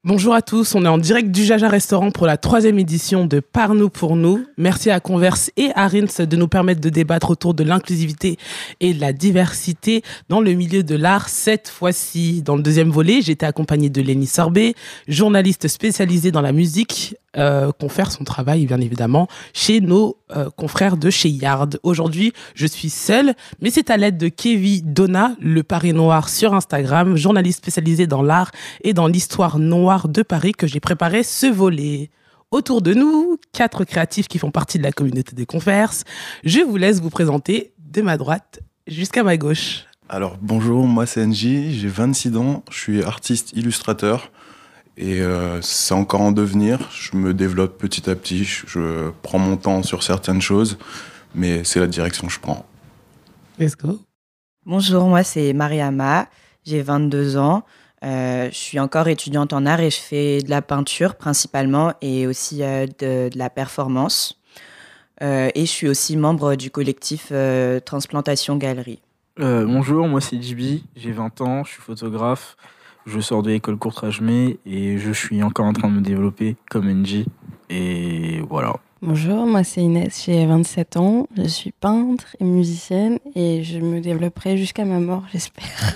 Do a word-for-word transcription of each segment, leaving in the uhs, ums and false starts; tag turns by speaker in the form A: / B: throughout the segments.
A: Bonjour à tous, on est en direct du Jaja Restaurant pour la troisième édition de Par nous pour nous. Merci à Converse et à Rins de nous permettre de débattre autour de l'inclusivité et de la diversité dans le milieu de l'art cette fois-ci. Dans le deuxième volet, j'étais accompagnée de Lénie Sorbet, journaliste spécialisée dans la musique, euh, confère son travail bien évidemment chez nos euh, confrères de chez Yard. Aujourd'hui, je suis seule, mais c'est à l'aide de Kevin Donna, le Paris Noir sur Instagram, journaliste spécialisé dans l'art et dans l'histoire noire de Paris, que j'ai préparé ce volet. Autour de nous, quatre créatifs qui font partie de la communauté des Converses. Je vous laisse vous présenter de ma droite jusqu'à ma gauche.
B: Alors bonjour, moi c'est N J, j'ai vingt-six ans, je suis artiste illustrateur et euh, c'est encore en devenir. Je me développe petit à petit, je, je prends mon temps sur certaines choses, mais c'est la direction que je prends.
A: Let's go.
C: Bonjour, moi c'est Mariama, j'ai vingt-deux ans. Euh, je suis encore étudiante en art et je fais de la peinture principalement et aussi euh, de, de la performance. Euh, et je suis aussi membre du collectif euh, Transplantation Galerie.
D: Euh, bonjour, moi c'est J B, j'ai vingt ans, je suis photographe, je sors de l'école Courtrage-May et je suis encore en train de me développer comme N J. Et voilà.
E: Bonjour, moi c'est Inès, j'ai vingt-sept ans, je suis peintre et musicienne et je me développerai jusqu'à ma mort, j'espère.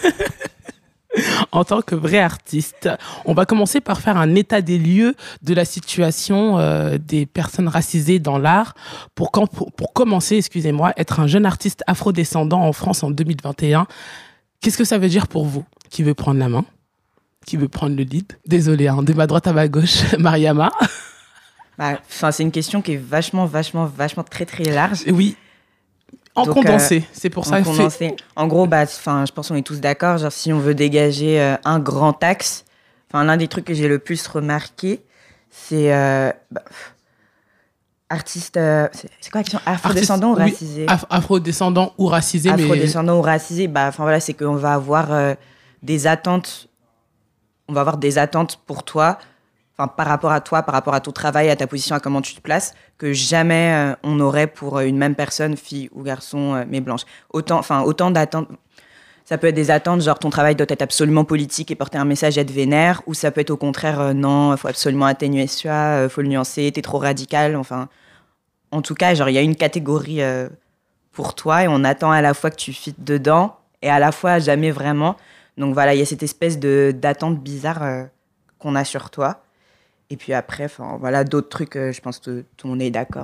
A: En tant que vrai artiste, on va commencer par faire un état des lieux de la situation euh, des personnes racisées dans l'art. Pour, quand, pour, pour commencer, excusez-moi, être un jeune artiste afrodescendant en France en deux mille vingt et un, qu'est-ce que ça veut dire pour vous? Qui veut prendre la main? Qui veut prendre le lead? Désolée, hein, de ma droite à ma gauche, Mariama.
C: Bah, c'est une question qui est vachement, vachement, vachement très, très large.
A: Oui. En Donc, condensé, euh, c'est pour ça.
C: En condensé. Fait... En gros, bah, je pense qu'on est tous d'accord. Genre, si on veut dégager euh, un grand axe, l'un des trucs que j'ai le plus remarqué, c'est euh, bah, artiste. Euh, c'est, c'est quoi la question? Afrodescendant ou racisé?
A: Oui, af- Afrodescendant ou racisé.
C: Afrodescendant
A: mais...
C: ou racisé. Bah, voilà, c'est qu'on va avoir euh, des attentes. On va avoir des attentes pour toi. Enfin, par rapport à toi, par rapport à ton travail, à ta position, à comment tu te places, que jamais euh, on aurait pour une même personne, fille ou garçon, euh, mais blanche. Autant, enfin, autant d'attentes. Ça peut être des attentes, genre ton travail doit être absolument politique et porter un message, être vénère, ou ça peut être au contraire, euh, non, il faut absolument atténuer ça, il euh, faut le nuancer, t'es trop radical. Enfin, en tout cas, genre il y a une catégorie euh, pour toi et on attend à la fois que tu fites dedans et à la fois jamais vraiment. Donc voilà, il y a cette espèce de d'attente bizarre euh, qu'on a sur toi. Et puis après, voilà, d'autres trucs, euh, je pense que tout le monde est d'accord.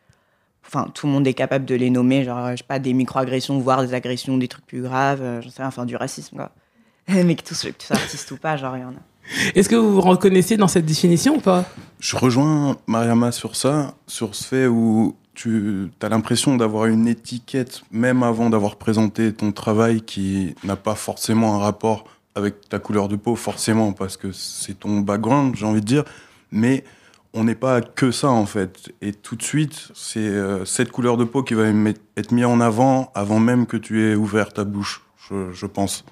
C: Enfin, euh, tout le monde est capable de les nommer, genre, je sais pas, des micro-agressions, voire des agressions, des trucs plus graves, euh, j'en sais rien, enfin, du racisme, quoi. Mais que tout ce que tu sois artiste ou pas, genre, il y en a.
A: Est-ce que vous vous reconnaissez dans cette définition ou pas?
B: Je rejoins Mariama sur ça, sur ce fait où tu as l'impression d'avoir une étiquette, même avant d'avoir présenté ton travail, qui n'a pas forcément un rapport avec ta couleur de peau, forcément, parce que c'est ton background, j'ai envie de dire. Mais on n'est pas que ça, en fait. Et tout de suite, c'est euh, cette couleur de peau qui va être mise en avant, avant même que tu aies ouvert ta bouche, je, je pense.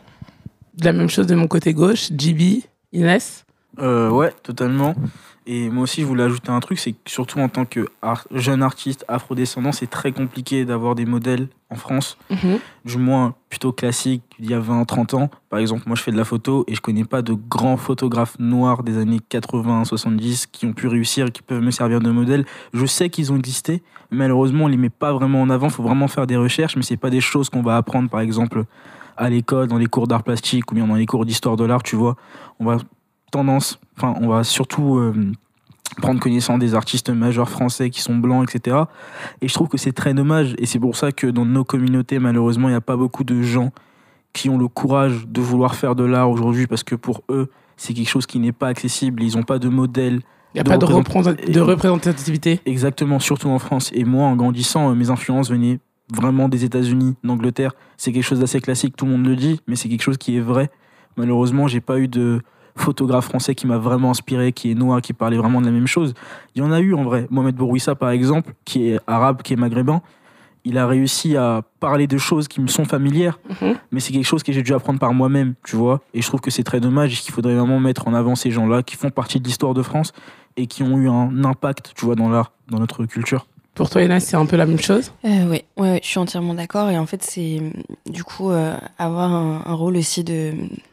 A: La même chose de mon côté gauche, J B, Inès
D: euh, Ouais, totalement. Et moi aussi, je voulais ajouter un truc, c'est que surtout en tant que art- jeune artiste afrodescendant, c'est très compliqué d'avoir des modèles en France, mm-hmm. du moins plutôt classiques, il y a vingt trente ans. Par exemple, moi, je fais de la photo et je connais pas de grands photographes noirs des années quatre-vingts soixante-dix qui ont pu réussir et qui peuvent me servir de modèle. Je sais qu'ils ont existé, mais malheureusement, on les met pas vraiment en avant. Il faut vraiment faire des recherches, mais c'est pas des choses qu'on va apprendre, par exemple, à l'école, dans les cours d'art plastique ou bien dans les cours d'histoire de l'art, tu vois. On va tendance, enfin, on va surtout euh, prendre connaissance des artistes majeurs français qui sont blancs, et cetera. Et je trouve que c'est très dommage. Et c'est pour ça que dans nos communautés, malheureusement, il n'y a pas beaucoup de gens qui ont le courage de vouloir faire de l'art aujourd'hui, parce que pour eux, c'est quelque chose qui n'est pas accessible. Ils n'ont pas de modèle.
A: Il n'y a de pas représent... de représentativité.
D: Exactement, surtout en France. Et moi, en grandissant, mes influences venaient vraiment des États-Unis, d'Angleterre. C'est quelque chose d'assez classique, tout le monde le dit, mais c'est quelque chose qui est vrai. Malheureusement, j'ai pas eu de photographe français qui m'a vraiment inspiré, qui est noir, qui parlait vraiment de la même chose. Il y en a eu en vrai. Mohamed Bourouissa, par exemple, qui est arabe, qui est maghrébin, il a réussi à parler de choses qui me sont familières, mm-hmm. mais c'est quelque chose que j'ai dû apprendre par moi-même, tu vois. Et je trouve que c'est très dommage et qu'il faudrait vraiment mettre en avant ces gens-là qui font partie de l'histoire de France et qui ont eu un impact, tu vois, dans l'art, dans notre culture.
A: Pour toi, Inès, c'est un peu la même chose?
E: euh, Oui, ouais, ouais, je suis entièrement d'accord. Et en fait, c'est du coup euh, avoir un, un rôle aussi de,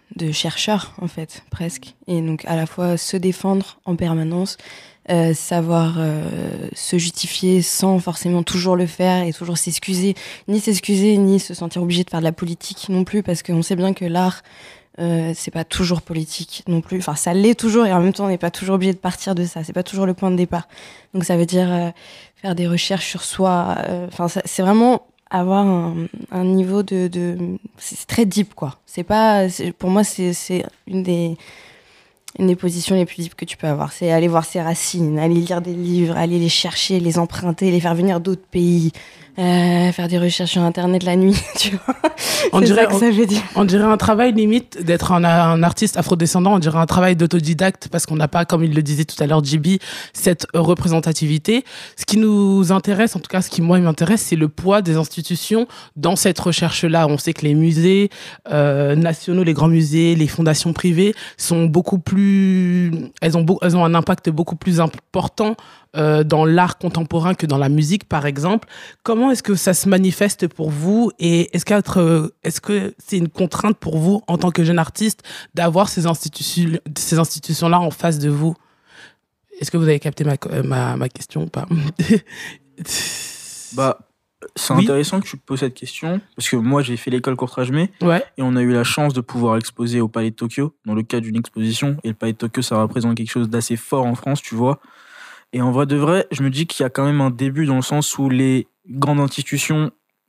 E: de chercheur, en fait, presque. Et donc, à la fois se défendre en permanence, euh, savoir euh, se justifier sans forcément toujours le faire et toujours s'excuser, ni s'excuser, ni se sentir obligé de faire de la politique non plus, parce qu'on sait bien que l'art, euh, c'est pas toujours politique non plus. Enfin, ça l'est toujours, et en même temps, on n'est pas toujours obligé de partir de ça. C'est pas toujours le point de départ. Donc, ça veut dire euh, faire des recherches sur soi. Enfin, euh, c'est vraiment avoir un, un niveau de, de c'est très deep, quoi. C'est pas, c'est, pour moi, c'est, c'est une des une des positions les plus deep que tu peux avoir. C'est aller voir ses racines, aller lire des livres, aller les chercher, les emprunter, les faire venir d'autres pays, euh, faire des recherches sur Internet la nuit, tu vois.
A: On
E: c'est
A: dirait,
E: ça que
A: on,
E: ça veut dire.
A: On dirait un travail limite d'être un, un artiste afrodescendant, on dirait un travail d'autodidacte parce qu'on n'a pas, comme il le disait tout à l'heure, J B, cette représentativité. Ce qui nous intéresse, en tout cas ce qui moi m'intéresse, c'est le poids des institutions dans cette recherche-là. On sait que les musées euh, nationaux, les grands musées, les fondations privées sont beaucoup plus... Elles ont, beau, elles ont un impact beaucoup plus important euh, dans l'art contemporain que dans la musique, par exemple. Comment est-ce que ça se manifeste pour vous et est-ce, qu'être, est-ce que c'est une contrainte pour vous, en tant que jeune artiste, d'avoir ces, institutions, ces institutions-là en face de vous? Est-ce que vous avez capté ma, ma, ma question ou pas?
D: Bah, c'est
A: oui.
D: intéressant que tu poses cette question, parce que moi, j'ai fait l'école Courtrajmé,
A: ouais.
D: et on a eu la chance de pouvoir exposer au Palais de Tokyo, dans le cadre d'une exposition, et le Palais de Tokyo, ça représente quelque chose d'assez fort en France, tu vois. Et en vrai de vrai, je me dis qu'il y a quand même un début dans le sens où les grandes institutions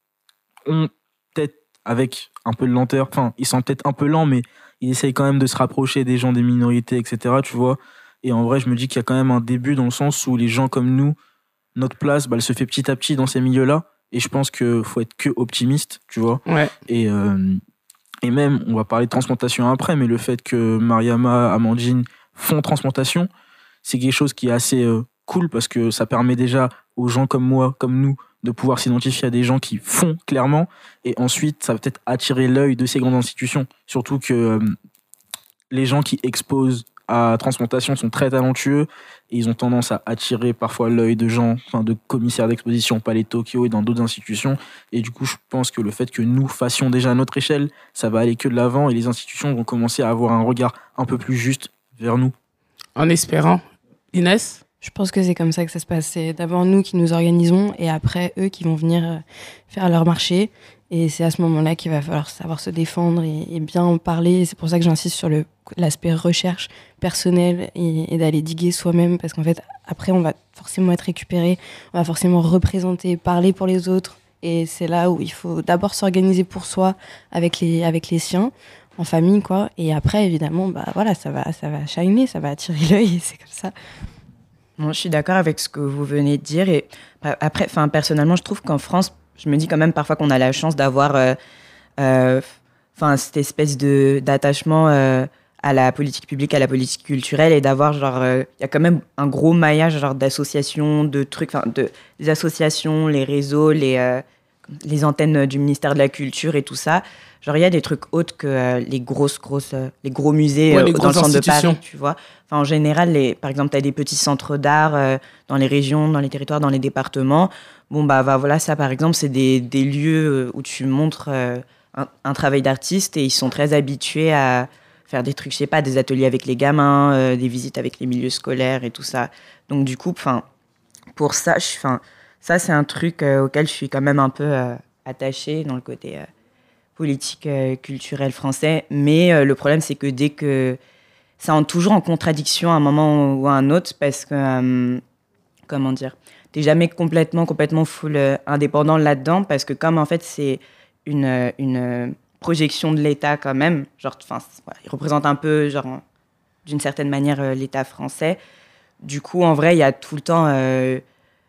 D: ont peut-être, avec un peu de lenteur, enfin, ils sont peut-être un peu lents, mais ils essayent quand même de se rapprocher des gens des minorités, et cetera, tu vois. Et en vrai, je me dis qu'il y a quand même un début dans le sens où les gens comme nous, notre place, bah, elle se fait petit à petit dans ces milieux-là. Et je pense qu'il faut être que optimiste, tu vois.
A: Ouais.
D: Et, euh, et même, on va parler de transplantation après, mais le fait que Mariama, Amandine font transplantation, c'est quelque chose qui est assez euh, cool parce que ça permet déjà aux gens comme moi, comme nous, de pouvoir s'identifier à des gens qui font clairement. Et ensuite, ça va peut-être attirer l'œil de ces grandes institutions. Surtout que euh, les gens qui exposent à transplantation sont très talentueux et ils ont tendance à attirer parfois l'œil de gens, enfin de commissaires d'exposition, Palais Tokyo et dans d'autres institutions. Et du coup, je pense que le fait que nous fassions déjà à notre échelle, ça va aller que de l'avant et les institutions vont commencer à avoir un regard un peu plus juste vers nous.
A: En espérant. Inès ?
E: Je pense que c'est comme ça que ça se passe. C'est d'abord nous qui nous organisons et après eux qui vont venir faire leur marché. Et c'est à ce moment-là qu'il va falloir savoir se défendre et, et bien en parler. C'est pour ça que j'insiste sur le, l'aspect recherche personnelle et, et d'aller diguer soi-même. Parce qu'en fait, après, on va forcément être récupéré. On va forcément représenter, parler pour les autres. Et c'est là où il faut d'abord s'organiser pour soi avec les, avec les siens, en famille, quoi. Et après, évidemment, bah, voilà, ça va, ça va shiner, ça va attirer l'œil et c'est comme ça.
C: Bon, je suis d'accord avec ce que vous venez de dire. Et après, enfin, personnellement, je trouve qu'en France, je me dis quand même parfois qu'on a la chance d'avoir euh, euh, cette espèce de, d'attachement euh, à la politique publique, à la politique culturelle, et d'avoir, genre, il euh, y a quand même un gros maillage genre, d'associations, de trucs, enfin, de, des associations, les réseaux, les, euh, les antennes du ministère de la Culture et tout ça. Genre, il y a des trucs autres que euh, les grosses, grosses, euh, les gros musées
A: ouais,
C: euh,
A: les
C: dans le centre de
A: institutions.
C: Paris, tu vois. Enfin, en général, les, par exemple, tu as des petits centres d'art euh, dans les régions, dans les territoires, dans les départements. Bon, bah, bah voilà, ça, par exemple, c'est des, des lieux où tu montres euh, un, un travail d'artiste et ils sont très habitués à faire des trucs, je sais pas, des ateliers avec les gamins, euh, des visites avec les milieux scolaires et tout ça. Donc, du coup, enfin, pour ça, je, ça, c'est un truc euh, auquel je suis quand même un peu euh, attachée dans le côté... Euh, politique euh, culturelle français, mais euh, le problème c'est que dès que ça entre toujours en contradiction à un moment ou à un autre, parce que euh, comment dire, t'es jamais complètement complètement full euh, indépendant là-dedans, parce que comme en fait c'est une une projection de l'État quand même, genre enfin voilà, il représente un peu genre d'une certaine manière euh, l'État français. Du coup en vrai il y a tout le temps euh,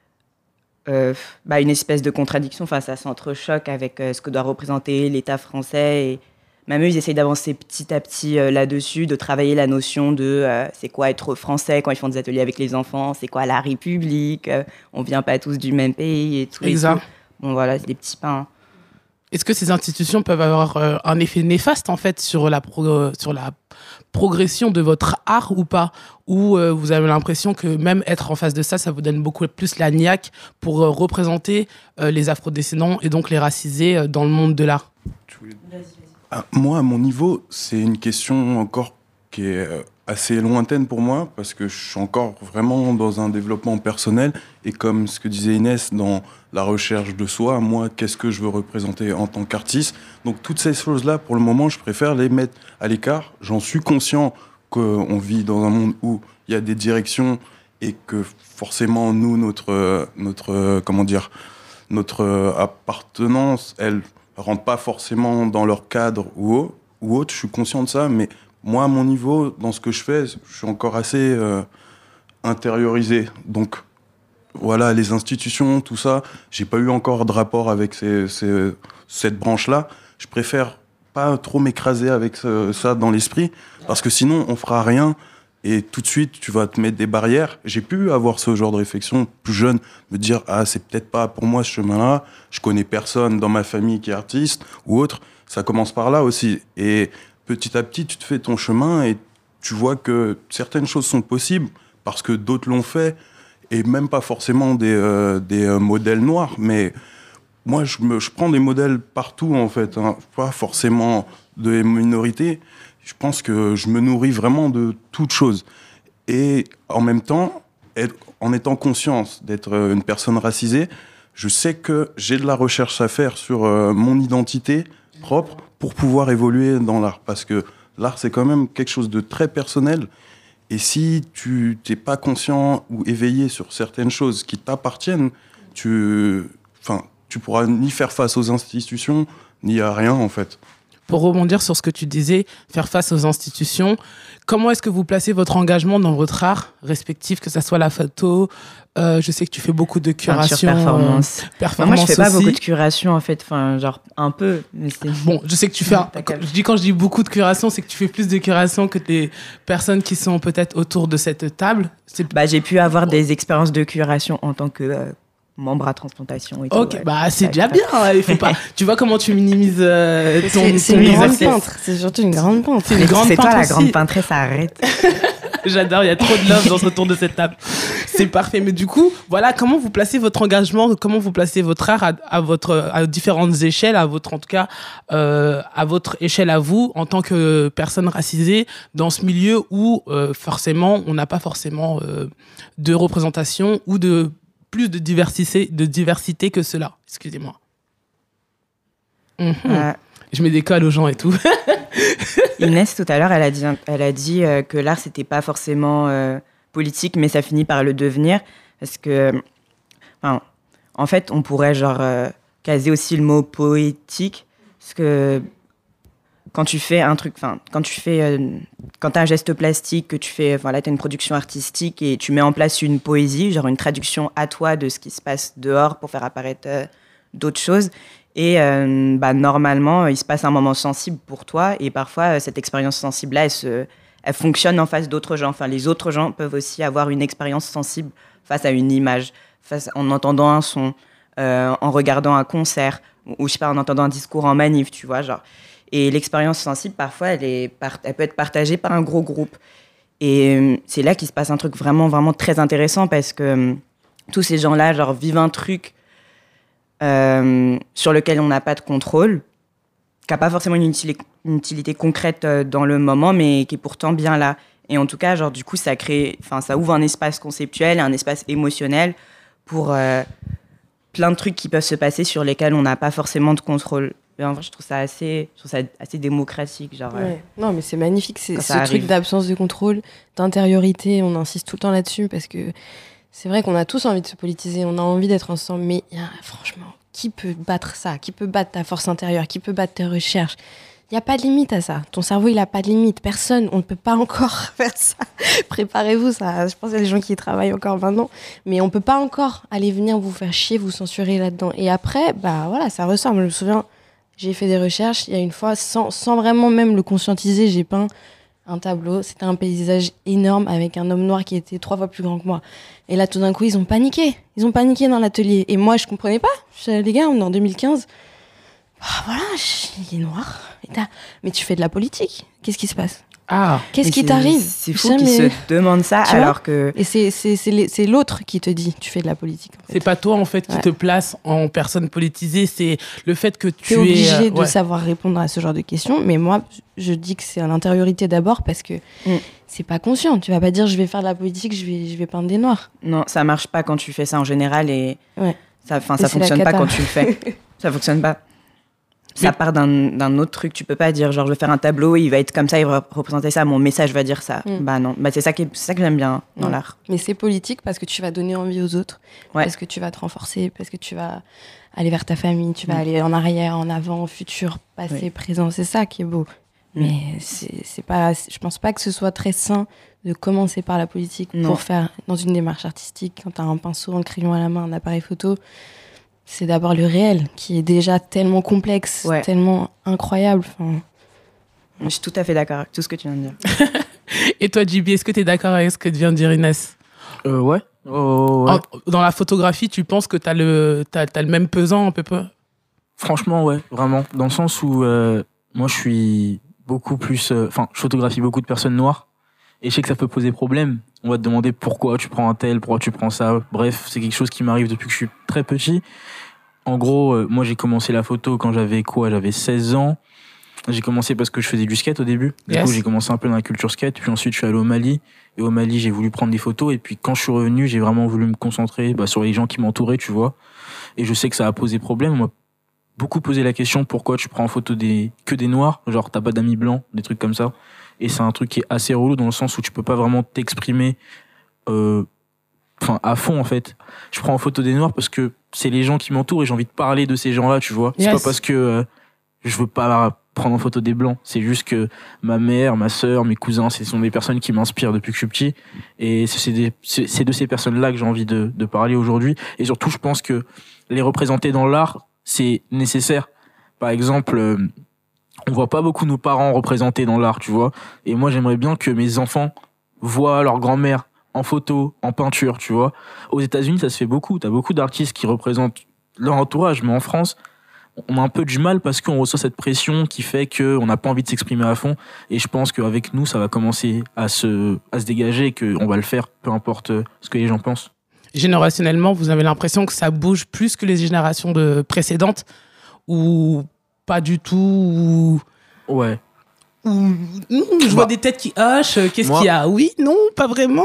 C: Euh, bah, une espèce de contradiction, enfin, ça s'entrechoque avec euh, ce que doit représenter l'État français. Et même eux, ils essayent d'avancer petit à petit euh, là-dessus, de travailler la notion de euh, c'est quoi être français quand ils font des ateliers avec les enfants, c'est quoi la République, euh, on vient pas tous du même pays et tout.
A: Exact.
C: Et tout. Bon, voilà, c'est des petits pains.
A: Est-ce que ces institutions peuvent avoir euh, un effet néfaste, en fait, sur la, pro- sur la progression de votre art ou pas? Ou euh, vous avez l'impression que même être en face de ça, ça vous donne beaucoup plus la niaque pour euh, représenter euh, les afrodescendants et donc les racisés euh, dans le monde de l'art?
B: Tu voulais...
C: Vas-y, vas-y.
B: Ah, moi, à mon niveau, c'est une question encore qui est assez lointaine pour moi, parce que je suis encore vraiment dans un développement personnel, et comme ce que disait Inès, dans la recherche de soi, moi, qu'est-ce que je veux représenter en tant qu'artiste. Donc toutes ces choses-là, pour le moment, je préfère les mettre à l'écart. J'en suis conscient qu'on vit dans un monde où il y a des directions, et que forcément, nous, notre, notre, comment dire, notre appartenance, elle rentre pas forcément dans leur cadre ou, ou autre. Je suis conscient de ça, mais moi, à mon niveau, dans ce que je fais, je suis encore assez euh, intériorisé. Donc, voilà, les institutions, tout ça, j'ai pas eu encore de rapport avec ces, ces, cette branche-là. Je préfère pas trop m'écraser avec ce, ça dans l'esprit, parce que sinon, on fera rien. Et tout de suite, tu vas te mettre des barrières. J'ai pu avoir ce genre de réflexion plus jeune, me dire « Ah, c'est peut-être pas pour moi ce chemin-là. Je connais personne dans ma famille qui est artiste ou autre. » Ça commence par là aussi. Et petit à petit, tu te fais ton chemin et tu vois que certaines choses sont possibles parce que d'autres l'ont fait, et même pas forcément des, euh, des euh, modèles noirs. Mais moi, je, me, je prends des modèles partout, en fait, hein, pas forcément de minorités. Je pense que je me nourris vraiment de toutes choses. Et en même temps, être, en étant conscience d'être une personne racisée, je sais que j'ai de la recherche à faire sur euh, mon identité propre pour pouvoir évoluer dans l'art. Parce que l'art, c'est quand même quelque chose de très personnel. Et si tu n'es pas conscient ou éveillé sur certaines choses qui t'appartiennent, tu, enfin, tu pourras ni faire face aux institutions, ni à rien, en fait.
A: Pour rebondir sur ce que tu disais, faire face aux institutions, comment est-ce que vous placez votre engagement dans votre art respectif, que ça soit la photo, euh, je sais que tu fais beaucoup de curation,
C: peinture, performance.
A: Euh, performance
C: moi, je fais pas
A: aussi.
C: beaucoup de curation, en fait, enfin, genre un peu. Mais c'est...
A: Bon, je sais que tu fais. Un, quand, je dis quand je dis beaucoup de curation, c'est que tu fais plus de curation que les personnes qui sont peut-être autour de cette table. C'est...
C: Bah, j'ai pu avoir des expériences de curation en tant que euh, membre à transplantation et tout.
A: Ok,
C: ouais.
A: bah c'est déjà bien. Il faut pas. Tu vois comment tu minimises euh, ton.
E: C'est, c'est
A: ton
E: une grande
A: exercice.
E: peintre. C'est surtout une grande peintre.
A: C'est une grande
C: c'est
A: peintre
C: toi la
A: aussi.
C: grande peintresse, arrête.
A: J'adore, il y a trop de love dans ce tour de cette table. C'est parfait. Mais du coup, voilà, comment vous placez votre engagement, comment vous placez votre art à, à votre, à différentes échelles, à votre, en tout cas, euh, à votre échelle à vous, en tant que personne racisée, dans ce milieu où, euh, forcément, on n'a pas forcément euh, de représentation ou de plus de diversité, de diversité que cela. Excusez-moi. Mm-hmm. Euh... Je mets des colles aux gens et tout.
C: Inès, tout à l'heure, elle a dit, elle a dit euh, que l'art, c'était pas forcément euh, politique, mais ça finit par le devenir. Parce que, enfin, en fait, on pourrait genre euh, caser aussi le mot poétique. Parce que quand tu fais un truc, enfin, quand tu fais, euh, quand t'as un geste plastique, que tu fais, voilà, t'as une production artistique et tu mets en place une poésie, genre une traduction à toi de ce qui se passe dehors pour faire apparaître euh, d'autres choses. Et euh, bah, normalement, il se passe un moment sensible pour toi. Et parfois, cette expérience sensible-là, elle, se, elle fonctionne en face d'autres gens. Enfin, les autres gens peuvent aussi avoir une expérience sensible face à une image, face, en entendant un son, euh, en regardant un concert, ou, ou je sais pas, en entendant un discours en manif, tu vois, genre. Et l'expérience sensible, parfois, elle, est part- elle peut être partagée par un gros groupe. Et euh, c'est là qu'il se passe un truc vraiment, vraiment très intéressant parce que euh, tous ces gens-là, genre, vivent un truc Euh, sur lequel on n'a pas de contrôle, qui n'a pas forcément une utilité, une utilité concrète euh, dans le moment, mais qui est pourtant bien là. Et en tout cas, genre, du coup, ça crée, enfin, ça ouvre un espace conceptuel, un espace émotionnel pour euh, plein de trucs qui peuvent se passer sur lesquels on n'a pas forcément de contrôle. Et en vrai, je trouve ça assez, je trouve ça assez démocratique. Genre,
E: ouais.
C: euh,
E: Non, mais c'est magnifique. C'est, ce
C: arrive.
E: truc d'absence de contrôle, d'intériorité, on insiste tout le temps là-dessus parce que c'est vrai qu'on a tous envie de se politiser, on a envie d'être ensemble, mais y a, franchement, qui peut battre ça ? Qui peut battre ta force intérieure ? Qui peut battre tes recherches ? Il n'y a pas de limite à ça. Ton cerveau, il n'a pas de limite. Personne, on ne peut pas encore faire ça. Préparez-vous, ça. Je pense qu'il y a des gens qui y travaillent encore maintenant, mais on ne peut pas encore aller venir vous faire chier, vous censurer là-dedans. Et après, bah voilà, ça ressort. Moi, je me souviens, j'ai fait des recherches, il y a une fois, sans, sans vraiment même le conscientiser, j'ai peint un tableau, c'était un paysage énorme avec un homme noir qui était trois fois plus grand que moi. Et là, tout d'un coup, ils ont paniqué. Ils ont paniqué dans l'atelier. Et moi, je comprenais pas. Je disais, les gars, on est en deux mille quinze. Ah, voilà, il est noir. Et mais tu fais de la politique. Qu'est-ce qui se passe ?
A: Ah,
E: qu'est-ce
C: Mais
E: qui
C: c'est-
E: t'arrive
C: C'est fou
E: Jamais.
C: qu'ils se demandent ça
E: Tu vois
C: alors que.
E: Et c'est, c'est, c'est, les- c'est l'autre qui te dit tu fais de la politique. En fait.
A: c'est pas toi en fait qui
E: Ouais.
A: te place en personne politisée, c'est le fait que tu
E: Tu es
A: es
E: obligé
A: euh,
E: de
A: ouais.
E: savoir répondre à ce genre de questions, mais moi, je dis que c'est à l'intériorité d'abord parce que
C: Mm.
E: c'est pas conscient. Tu vas pas dire je vais faire de la politique, je vais, je vais peindre des noirs.
C: Non, ça marche pas quand tu fais ça en général et
E: Ouais.
C: ça, enfin,
E: Et
C: ça
E: c'est la
C: fonctionne pas
E: cata.
C: quand tu le fais. Ça fonctionne pas. Ça
A: Mais-
C: part d'un d'un autre truc. Tu peux pas dire genre je vais faire un tableau, il va être comme ça, il va représenter ça, mon message va dire ça.
E: Mm.
C: Bah non, bah c'est ça qui est- c'est ça que j'aime bien dans
E: Mm.
C: l'art.
E: Mais c'est politique parce que tu vas donner envie aux autres,
C: Ouais.
E: parce que tu vas te renforcer, parce que tu vas aller vers ta famille, tu vas
C: Mm.
E: aller en arrière, en avant, futur, passé,
C: Oui.
E: présent. C'est ça qui est beau.
C: Mm.
E: Mais c'est, c'est pas, je pense pas que ce soit très sain de commencer par la politique
C: Non.
E: pour faire dans une démarche artistique. Quand tu as un pinceau, un crayon à la main, un appareil photo, c'est d'abord le réel qui est déjà tellement complexe,
C: Ouais.
E: tellement incroyable. Enfin,
C: Je suis tout à fait d'accord avec tout ce que tu viens de dire.
A: Et toi, J B, est-ce que tu es d'accord avec ce que vient de dire Inès?
D: Euh, ouais. Oh, ouais.
A: En- Dans la photographie, tu penses que tu as le, t'as, t'as le même pesant un peu peu
D: Franchement, ouais, vraiment. Dans le sens où euh, moi, je suis beaucoup plus. Enfin, je photographie beaucoup de personnes noires. Et je sais que ça peut poser problème. On va te demander pourquoi tu prends un tel, pourquoi tu prends ça. Bref, c'est quelque chose qui m'arrive depuis que je suis très petit. En gros, euh, moi, j'ai commencé la photo quand j'avais quoi? J'avais seize ans. J'ai commencé parce que je faisais du skate au début. Du
A: Yes.
D: coup, j'ai commencé un peu dans la culture skate. Puis ensuite, je suis allé au Mali. Et au Mali, j'ai voulu prendre des photos. Et puis, quand je suis revenu, j'ai vraiment voulu me concentrer bah, sur les gens qui m'entouraient, tu vois. Et je sais que ça a posé problème. On m'a beaucoup posé la question pourquoi tu prends en photo des, que des noirs. Genre, t'as pas d'amis blancs, des trucs comme ça. Et c'est un truc qui est assez relou dans le sens où tu peux pas vraiment t'exprimer euh, enfin, à fond, en fait. Je prends en photo des noirs parce que c'est les gens qui m'entourent et j'ai envie de parler de ces gens-là, tu vois. C'est
A: Yes.
D: pas parce que euh, je veux pas prendre en photo des blancs. C'est juste que ma mère, ma sœur, mes cousins, ce sont des personnes qui m'inspirent depuis que je suis petit. Et c'est, des, c'est, c'est de ces personnes-là que j'ai envie de, de parler aujourd'hui. Et surtout, je pense que les représenter dans l'art, c'est nécessaire. Par exemple, euh, on voit pas beaucoup nos parents représentés dans l'art, tu vois. Et moi, j'aimerais bien que mes enfants voient leur grand-mère en photo, en peinture, tu vois. Aux États-Unis, ça se fait beaucoup. T'as beaucoup d'artistes qui représentent leur entourage, mais en France, on a un peu du mal parce qu'on reçoit cette pression qui fait qu'on n'a pas envie de s'exprimer à fond. Et je pense qu'avec nous, ça va commencer à se, à se dégager et qu'on va le faire, peu importe ce que les gens pensent.
A: Générationnellement, vous avez l'impression que ça bouge plus que les générations de précédentes ou pas du tout ou...
D: Ouais.
A: ou- Mmh, je vois des têtes qui hochent. Qu'est-ce
D: Moi-
A: qu'il y a? Oui, non, pas vraiment.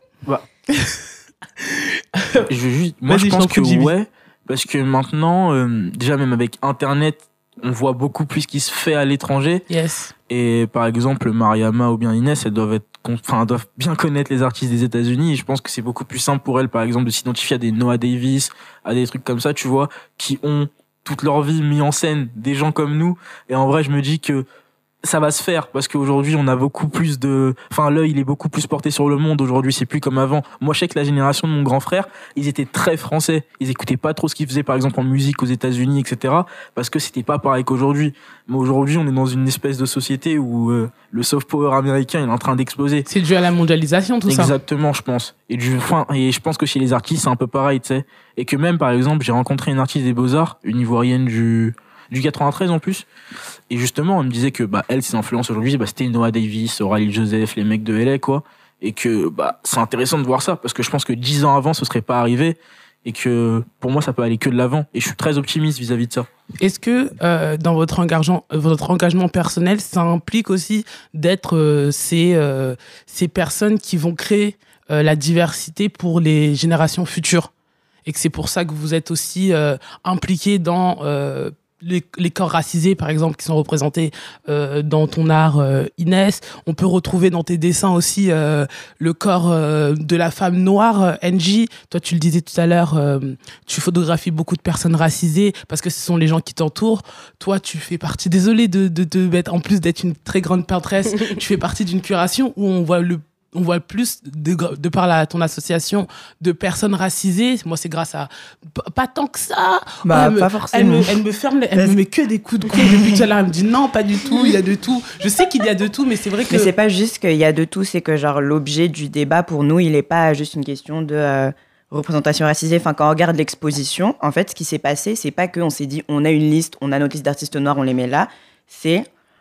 D: Je veux juste, moi,
A: Vas-y,
D: je
A: je
D: pense
A: t'en prie,
D: que
A: Jimmy.
D: ouais, parce que maintenant, euh, déjà même avec Internet, on voit beaucoup plus ce qui se fait à l'étranger.
A: Yes.
D: Et par exemple, Mariama ou bien Inès, elles doivent être, con- enfin, elles doivent bien connaître les artistes des États-Unis. Et je pense que c'est beaucoup plus simple pour elles, par exemple, de s'identifier à des Noah Davis, à des trucs comme ça, tu vois, qui ont toute leur vie mis en scène des gens comme nous. Et en vrai, je me dis que ça va se faire parce qu'aujourd'hui on a beaucoup plus de, enfin l'œil il est beaucoup plus porté sur le monde aujourd'hui, c'est plus comme avant. Moi je sais que la génération de mon grand frère, ils étaient très français, ils écoutaient pas trop ce qu'ils faisaient par exemple en musique aux États-Unis, et cetera. Parce que c'était pas pareil qu'aujourd'hui. Mais aujourd'hui on est dans une espèce de société où euh, le soft power américain il est en train d'exploser.
A: C'est dû à la mondialisation, tout ça.
D: Exactement, je pense. Et du, enfin, et je pense que chez les artistes c'est un peu pareil, tu sais. Et que même par exemple j'ai rencontré une artiste des Beaux-Arts, une ivoirienne du du quatre-vingt-treize en plus, et justement elle me disait que bah elle ses influences aujourd'hui bah c'était Noah Davis, Aurélie Joseph, les mecs de L A quoi, et que bah c'est intéressant de voir ça parce que je pense que dix ans avant ce serait pas arrivé et que pour moi ça peut aller que de l'avant et je suis très optimiste vis-à-vis de ça.
A: Est-ce que euh, dans votre engagement, votre engagement personnel, ça implique aussi d'être euh, ces, euh, ces personnes qui vont créer euh, la diversité pour les générations futures et que c'est pour ça que vous êtes aussi euh, impliqué dans euh, les, les corps racisés, par exemple, qui sont représentés euh, dans ton art, euh, Inès. On peut retrouver dans tes dessins aussi euh, le corps euh, de la femme noire, euh, Angie. Toi, tu le disais tout à l'heure, euh, tu photographies beaucoup de personnes racisées parce que ce sont les gens qui t'entourent. Toi, tu fais partie, désolée de, de, de mettre, en plus d'être une très grande peintresse, tu fais partie d'une curation où on voit le on voit plus, de, de par la, ton association, de personnes racisées. Moi, c'est grâce à... P- pas tant que ça.
C: Bah,
A: elle
C: pas
A: me,
C: forcément.
A: Elle me, elle me ferme, les- elle me met que des coups de coude depuis tout à l'heure. Elle me dit non, pas du tout, il y a de tout. Je sais qu'il y a de tout, mais c'est vrai que...
C: Mais c'est pas juste qu'il y a de tout, c'est que genre l'objet du débat pour nous, il est pas juste une question de euh, représentation racisée. Enfin, quand on regarde l'exposition, en fait, ce qui s'est passé, c'est pas qu'on s'est dit on a une liste, on a notre liste d'artistes noirs, on les met là. C'est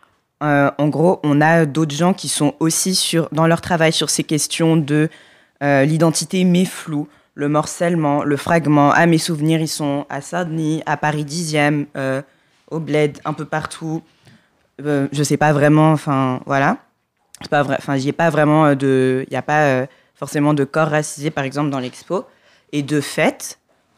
C: euh, en gros, on a d'autres gens qui sont aussi sur, dans leur travail sur ces questions de euh, l'identité mais floue, le morcellement, le fragment. Ah, mes souvenirs, ils sont à Saint-Denis, à Paris dixième, euh, au Bled, un peu partout. Euh, je sais pas vraiment, enfin, voilà. C'est pas vrai, enfin, j'y ai pas vraiment de... Il n'y a pas euh, forcément de corps racisé, par exemple, dans l'expo. Et de fait,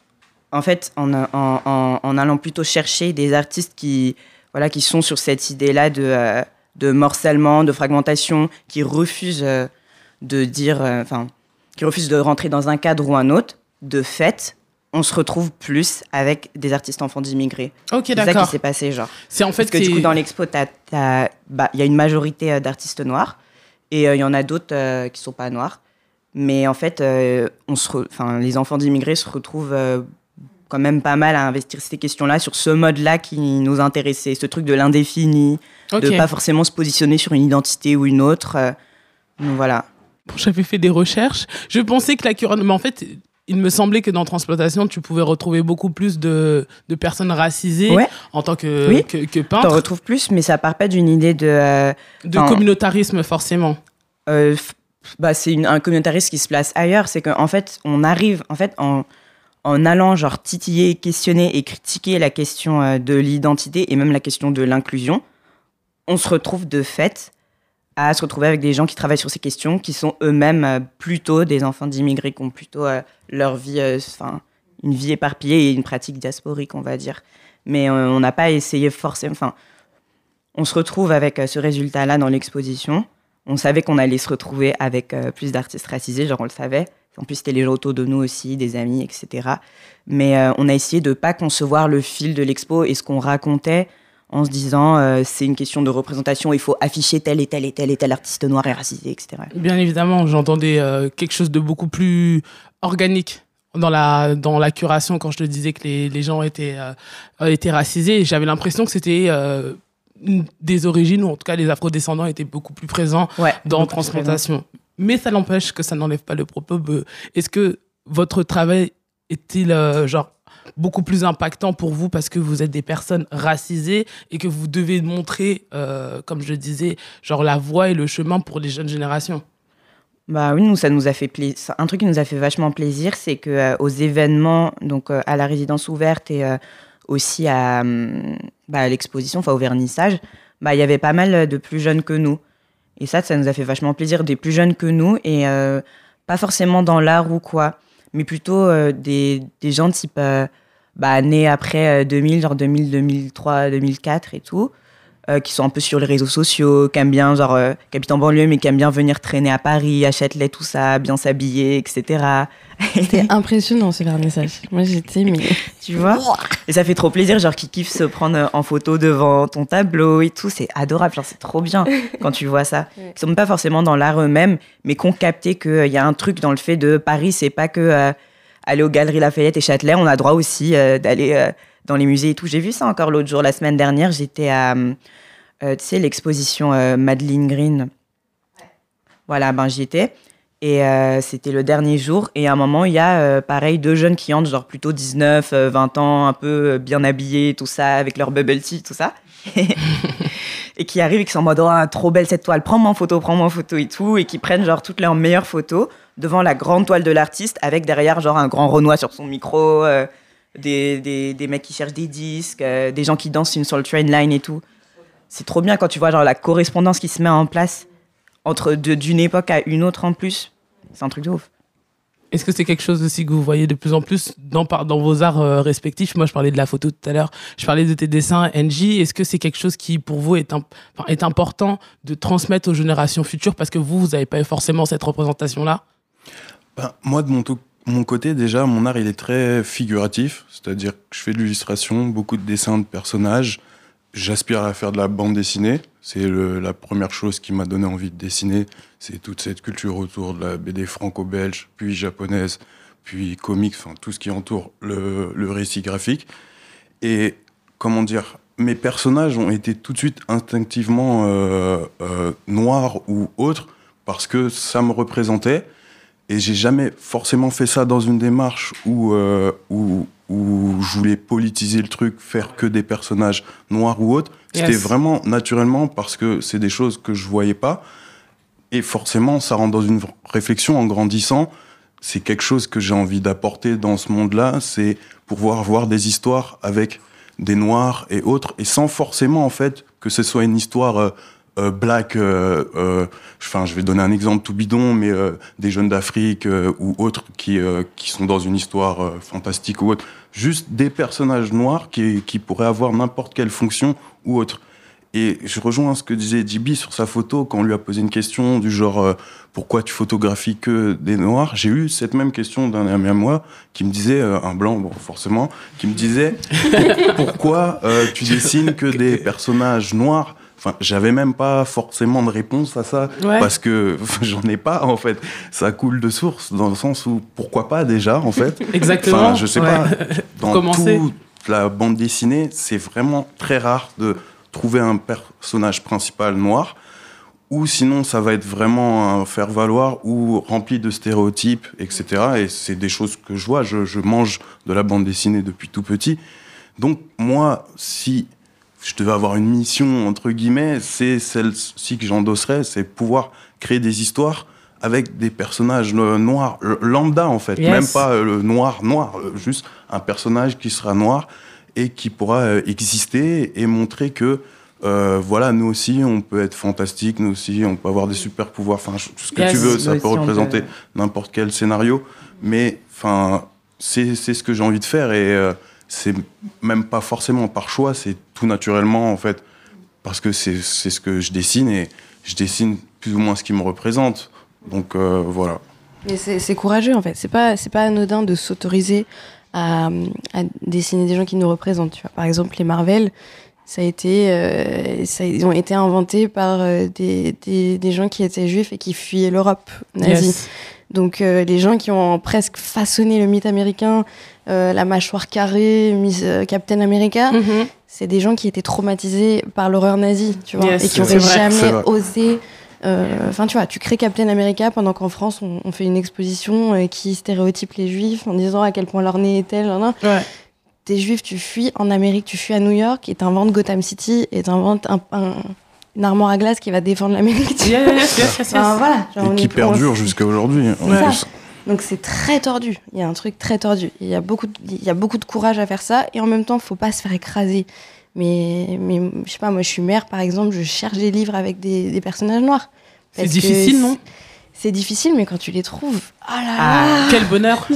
C: en fait, en, en, en, en allant plutôt chercher des artistes qui, voilà, qui sont sur cette idée-là de, euh, de morcellement, de fragmentation, qui refusent euh, de dire... Enfin, euh, qui refusent de rentrer dans un cadre ou un autre, de fait, on se retrouve plus avec des artistes enfants d'immigrés.
A: Ok,
C: c'est
A: d'accord.
C: ça qui s'est passé, genre.
A: C'est en fait
C: Parce que du coup, dans l'expo, il bah, y a une majorité euh, d'artistes noirs, et il euh, y en a d'autres euh, qui ne sont pas noirs. Mais en fait, euh, on se re... les enfants d'immigrés se retrouvent euh, quand même pas mal à investir ces questions-là sur ce mode-là qui nous intéressait, ce truc de l'indéfini, okay. de ne pas forcément se positionner sur une identité ou une autre. Euh, donc voilà.
A: Bon, j'avais fait des recherches. Je pensais que la curation... Mais en fait, il me semblait que dans Transplantation, tu pouvais retrouver beaucoup plus de, de personnes racisées
C: ouais.
A: en tant que,
C: oui.
A: que, que peintre.
C: T'en retrouves plus, mais ça part pas d'une idée de... Euh,
A: de communautarisme, forcément.
C: Euh, bah, c'est une, un communautarisme qui se place ailleurs. C'est qu'en fait, on arrive... En fait, en, en allant genre, titiller, questionner et critiquer la question euh, de l'identité et même la question de l'inclusion, on se retrouve de fait... à se retrouver avec des gens qui travaillent sur ces questions, qui sont eux-mêmes euh, plutôt des enfants d'immigrés, qui ont plutôt euh, leur vie, enfin euh, une vie éparpillée et une pratique diasporique, on va dire. Mais euh, on n'a pas essayé forcément... Enfin, on se retrouve avec euh, ce résultat-là dans l'exposition. On savait qu'on allait se retrouver avec euh, plus d'artistes racisés, genre on le savait. En plus, c'était les gens autour de nous aussi, des amis, et cetera. Mais euh, on a essayé de ne pas concevoir le fil de l'expo et ce qu'on racontait en se disant euh, c'est une question de représentation, il faut afficher tel et tel et tel et tel artiste noir et racisé, et cetera.
A: Bien évidemment, j'entendais euh, quelque chose de beaucoup plus organique dans la, dans la curation quand je te disais que les, les gens étaient, euh, étaient racisés. J'avais l'impression que c'était euh, des origines, ou en tout cas les afrodescendants étaient beaucoup plus présents
C: ouais,
A: dans Transplantation. Mais ça n'empêche que ça n'enlève pas le propos. Est-ce que votre travail est-il euh, genre beaucoup plus impactant pour vous parce que vous êtes des personnes racisées et que vous devez montrer, euh, comme je le disais, genre la voie et le chemin pour les jeunes générations?
C: Bah oui, nous, ça nous a fait plaisir. Un truc qui nous a fait vachement plaisir, c'est que euh, aux événements, donc euh, à la résidence ouverte et euh, aussi à, bah, à l'exposition, enfin au vernissage, bah il y avait pas mal de plus jeunes que nous. Et ça, ça nous a fait vachement plaisir, des plus jeunes que nous et euh, pas forcément dans l'art ou quoi, mais plutôt euh, des, des gens type euh, bah, nés après euh, deux mille, genre deux mille, deux mille trois, deux mille quatre et tout, euh, qui sont un peu sur les réseaux sociaux, qui aiment bien, genre, euh, qui habitent en banlieue, mais qui aiment bien venir traîner à Paris, à Châtelet, tout ça, bien s'habiller, et cetera.
E: C'était impressionnant ce vernissage. Moi j'étais, mais.
C: Tu vois? Et ça fait trop plaisir, genre, qui kiffent se prendre en photo devant ton tableau et tout, c'est adorable, genre, c'est trop bien quand tu vois ça. Ils sont pas forcément dans l'art eux-mêmes, mais qu'on capté qu'il euh, y a un truc dans le fait de Paris, c'est pas que euh, aller aux Galeries Lafayette et Châtelet, on a droit aussi euh, d'aller euh, dans les musées et tout. J'ai vu ça encore l'autre jour, la semaine dernière, j'étais à, euh, tu sais, l'exposition euh, Madeleine Green. Ouais. Voilà, ben j'y étais. Et euh, c'était le dernier jour. Et à un moment, il y a, euh, pareil, deux jeunes qui entrent, genre plutôt dix-neuf, vingt ans, un peu bien habillés, tout ça, avec leur bubble tea, tout ça. Et qui arrivent et qui sont en mode « Oh, trop belle cette toile, prends-moi en photo, prends-moi en photo et tout. » Et qui prennent genre toutes leurs meilleures photos devant la grande toile de l'artiste, avec derrière genre un grand Renoir sur son micro, euh, des, des, des mecs qui cherchent des disques, euh, des gens qui dansent sur le train line et tout. C'est trop bien quand tu vois genre la correspondance qui se met en place entre de, d'une époque à une autre en plus. C'est un truc de ouf.
A: Est-ce que c'est quelque chose aussi que vous voyez de plus en plus dans, dans vos arts euh, respectifs? Moi, je parlais de la photo tout à l'heure. Je parlais de tes dessins, N J. Est-ce que c'est quelque chose qui, pour vous, est, imp- est important de transmettre aux générations futures parce que vous, vous n'avez pas forcément cette représentation-là?
B: Ben, moi, de mon, to- mon côté, déjà, mon art, il est très figuratif. C'est-à-dire que je fais de l'illustration, beaucoup de dessins de personnages. J'aspire à faire de la bande dessinée. C'est le, la première chose qui m'a donné envie de dessiner. C'est toute cette culture autour de la B D franco-belge, puis japonaise, puis comique, enfin tout ce qui entoure le, le récit graphique. Et comment dire, mes personnages ont été tout de suite instinctivement euh, euh, noirs ou autres parce que ça me représentait. Et j'ai jamais forcément fait ça dans une démarche où, euh, où où je voulais politiser le truc, faire que des personnages noirs ou autres. C'était
A: Yes.
B: vraiment naturellement parce que c'est des choses que je voyais pas. Et forcément, ça rentre dans une réflexion en grandissant. C'est quelque chose que j'ai envie d'apporter dans ce monde-là, c'est pouvoir voir des histoires avec des noirs et autres, et sans forcément, en fait, que ce soit une histoire euh, euh, black, euh, euh, enfin, je vais donner un exemple tout bidon, mais euh, des jeunes d'Afrique euh, ou autres qui, euh, qui sont dans une histoire euh, fantastique ou autre. Juste des personnages noirs qui, qui pourraient avoir n'importe quelle fonction ou autre. Et je rejoins ce que disait J B sur sa photo quand on lui a posé une question du genre euh, pourquoi tu photographies que des noirs. J'ai eu cette même question d'un ami à moi qui me disait, euh, un blanc, bon, forcément, qui me disait pourquoi euh, tu dessines que des personnages noirs. Enfin, j'avais même pas forcément de réponse à ça
A: Ouais.
B: parce que j'en ai pas en fait. Ça coule de source dans le sens où pourquoi pas déjà en fait.
A: Exactement.
B: Enfin, je sais
A: Ouais.
B: pas.
A: Pour
B: Dans
A: commencer.
B: toute la bande dessinée, c'est vraiment très rare de trouver un personnage principal noir, ou sinon ça va être vraiment un faire-valoir ou rempli de stéréotypes, et cetera. Et c'est des choses que je vois, je, je mange de la bande dessinée depuis tout petit. Donc moi, si je devais avoir une mission, entre guillemets, c'est celle-ci que j'endosserais, c'est pouvoir créer des histoires avec des personnages euh, noirs, euh, lambda en fait,
A: Yes.
B: même pas euh, le noir, noir, euh, juste un personnage qui sera noir et qui pourra euh, exister et montrer que euh, voilà, nous aussi on peut être fantastique, nous aussi on peut avoir des super pouvoirs, enfin tout ce que
A: Yes.
B: tu veux, ça
C: Nous
B: peut
C: aussi, on
B: représenter
C: peut-
B: n'importe quel scénario, mais enfin c'est c'est ce que j'ai envie de faire et euh, c'est même pas forcément par choix, c'est tout naturellement en fait, parce que c'est c'est ce que je dessine et je dessine plus ou moins ce qui me représente, donc euh, voilà.
E: Mais c'est c'est courageux en fait. C'est pas c'est pas anodin de s'autoriser à, à dessiner des gens qui nous représentent. Tu vois. Par exemple, les Marvel, ça a été euh, ça, ils ont été inventés par euh, des, des des gens qui étaient juifs et qui fuyaient l'Europe nazie.
A: Yes.
E: Donc euh, les gens qui ont presque façonné le mythe américain, euh, la mâchoire carrée, Miss euh, Captain America,
A: Mhm.
E: c'est des gens qui étaient traumatisés par l'horreur nazie, tu vois,
A: Yes,
E: et qui
A: c'est
E: auraient
A: vrai,
B: c'est
E: jamais
B: vrai.
E: osé. Enfin, tu vois, tu crées Captain America pendant qu'en France, on, on fait une exposition euh, qui stéréotype les juifs en disant à quel point leur nez est tel. Nan, nan.
A: Ouais.
E: T'es juif, tu fuis en Amérique, tu fuis à New York, et t'inventes Gotham City, et t'inventes un, un, une armoire à glace qui va défendre l'Amérique. tu vois.
A: Yes, yes, yes, yes.
E: Enfin, voilà. Genre,
B: Et
E: on
B: qui
E: est-
B: perdure
E: on-
B: jusqu'à aujourd'hui. en
E: Ouais.
B: plus.
E: Donc c'est très tordu. Il y a un truc très tordu. Il y a beaucoup, de, il y a beaucoup de courage à faire ça, et en même temps, faut pas se faire écraser. Mais, mais je sais pas, moi, je suis mère, par exemple, je cherche des livres avec des, des personnages noirs.
A: C'est
E: Parce que
A: difficile, non?
E: C'est difficile, mais quand tu les trouves, oh là là,
A: Ah, quel bonheur.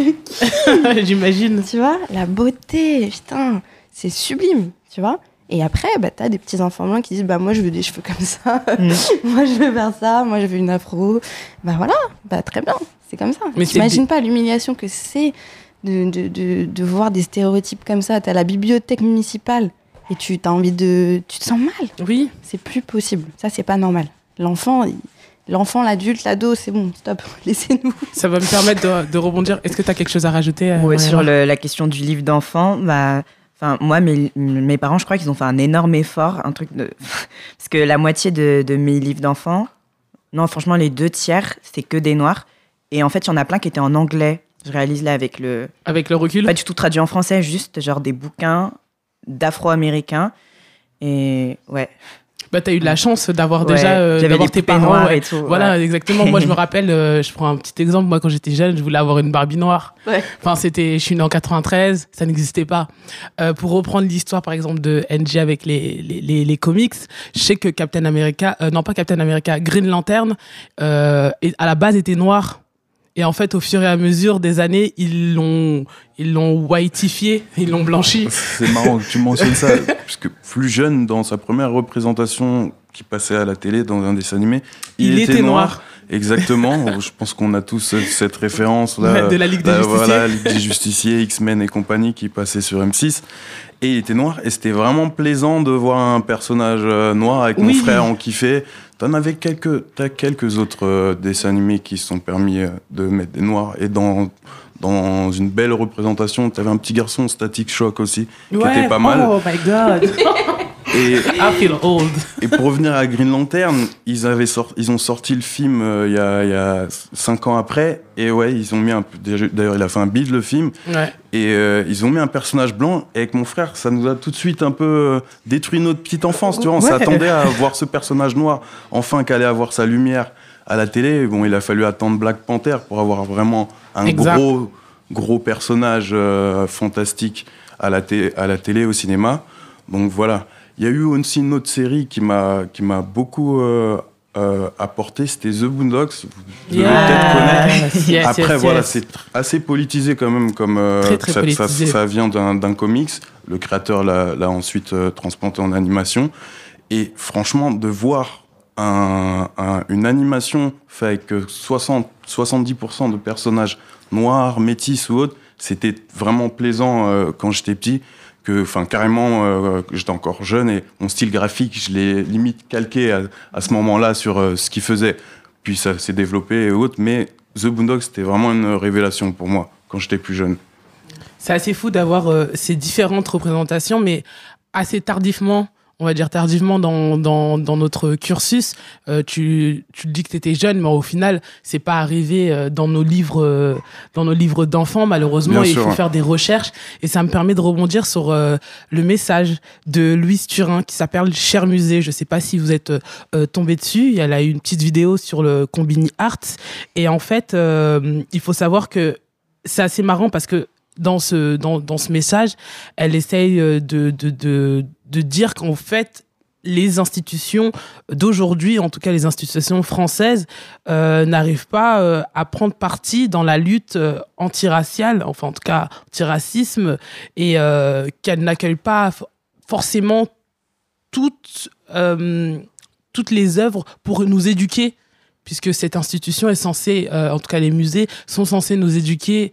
A: J'imagine.
E: tu vois, la beauté, putain, c'est sublime, tu vois. Et après, bah, t'as des petits enfants blancs qui disent, bah moi je veux des cheveux comme ça,
C: Mm.
E: moi je veux faire ça, moi je veux une afro. Bah voilà, bah très bien, c'est comme ça.
A: Mais c'est
E: T'imagines pas l'humiliation que c'est de, de, de, de voir des stéréotypes comme ça. T'as la bibliothèque municipale et tu as envie de, tu te sens mal.
A: Oui.
E: C'est plus possible. Ça, c'est pas normal. L'enfant, il- l'enfant, l'adulte, l'ado, c'est bon, stop, laissez-nous.
A: Ça va me permettre de, de rebondir. Est-ce que tu as quelque chose à rajouter euh,
C: Ouais,
A: Mariama
C: sur le- la question du livre d'enfant, bah, enfin, moi, mes, mes parents, je crois qu'ils ont fait un énorme effort, un truc de, parce que la moitié de, de mes livres d'enfants, non, franchement, les deux tiers, c'est que des noirs, et en fait, il y en a plein qui étaient en anglais. Je réalise là avec le,
A: Avec le recul
C: pas du tout traduit en français, juste genre des bouquins d'Afro-Américains, et ouais.
A: Bah, tu as eu de la chance d'avoir
C: Ouais,
A: déjà euh,
C: j'avais
A: d'avoir
C: des
A: tes
C: poupées
A: parents.
C: noires
A: ouais.
C: et tout,
A: Voilà,
C: ouais.
A: exactement. Moi, je me rappelle, euh, je prends un petit exemple. Moi, quand j'étais jeune, je voulais avoir une Barbie noire.
E: Ouais.
A: Enfin, c'était, je suis née en quatre-vingt-treize, ça n'existait pas. Euh, pour reprendre l'histoire, par exemple, de N J avec les, les, les, les comics, je sais que Captain America, euh, non pas Captain America, Green Lantern, euh, et à la base était noir. Et en fait, au fur et à mesure des années, ils l'ont, ils l'ont whiteifié, ils l'ont blanchi.
B: C'est marrant que tu mentionnes ça, puisque plus jeune, dans sa première représentation qui passait à la télé dans un dessin animé, il,
A: Il était noir.
B: Exactement. Je pense qu'on a tous cette référence là,
A: Ouais, de la Ligue des
B: là,
A: Justiciers.
B: Voilà, Ligue des Justiciers, X-Men et compagnie qui passait sur M six. Et il était noir. Et c'était vraiment plaisant de voir un personnage euh, noir avec
A: Oui.
B: mon frère. On kiffait. T'en avais quelques, t'as quelques autres euh, dessins animés qui se sont permis euh, de mettre des noirs. Et dans dans une belle représentation, t'avais un petit garçon, Static Shock aussi, qui était pas mal.
A: Oh my god.
B: Et,
A: I feel old.
B: et pour revenir à Green Lantern, ils, avaient sorti, ils ont sorti le film euh, il y a, il y a cinq ans après. Et ouais, ils ont mis un peu. D'ailleurs, il a fait un bide, le film.
A: Ouais.
B: Et euh, ils ont mis un personnage blanc. Et avec mon frère, ça nous a tout de suite un peu euh, détruit notre petite enfance. Tu vois, on
A: Ouais.
B: s'attendait à voir ce personnage noir, enfin, qu'allait avoir sa lumière à la télé. Bon, il a fallu attendre Black Panther pour avoir vraiment un
A: Exact.
B: gros, gros personnage euh, fantastique à la, té- à la télé, au cinéma. Donc voilà. Il y a eu aussi une autre série qui m'a, qui m'a beaucoup euh, euh, apporté, c'était The Boondocks. Vous devez
A: Yeah.
B: peut-être connaître.
A: Yes,
B: Après,
A: yes,
B: voilà,
A: yes.
B: c'est tr- assez politisé quand même. Comme, euh,
A: Très, très
B: ça, ça,
A: politisé.
B: ça vient d'un, d'un comics. Le créateur l'a, l'a ensuite euh, transplanté en animation. Et franchement, de voir un, un, une animation faite avec soixante à soixante-dix pour cent de personnages noirs, métis ou autres, c'était vraiment plaisant euh, quand j'étais petit. Que, enfin, carrément, euh, j'étais encore jeune et mon style graphique, je l'ai limite calqué à, à ce moment-là sur euh, ce qu'il faisait. Puis ça s'est développé et autres, mais The Boondocks, c'était vraiment une révélation pour moi quand j'étais plus jeune.
A: C'est assez fou d'avoir euh, ces différentes représentations, mais assez tardivement, on va dire tardivement dans, dans, dans notre cursus. Euh, tu, tu dis que tu étais jeune, mais au final, c'est pas arrivé euh, dans nos livres, euh, dans nos livres d'enfants, malheureusement.
B: Bien
A: Et il
B: sûr,
A: faut
B: ouais.
A: faire des recherches. Et ça me permet de rebondir sur euh, le message de Louise Turin qui s'appelle Cher Musée. Je sais pas si vous êtes euh, tombé dessus. Elle a eu une petite vidéo sur le Combini Art. Et en fait, euh, il faut savoir que c'est assez marrant parce que dans ce, dans, dans ce message, elle essaye de, de, de, de dire qu'en fait, les institutions d'aujourd'hui, en tout cas les institutions françaises, euh, n'arrivent pas euh, à prendre parti dans la lutte euh, antirraciale, enfin en tout cas antiracisme, et euh, qu'elles n'accueillent pas f- forcément toutes, euh, toutes les œuvres pour nous éduquer, puisque cette institution est censée, euh, en tout cas les musées, sont censés nous éduquer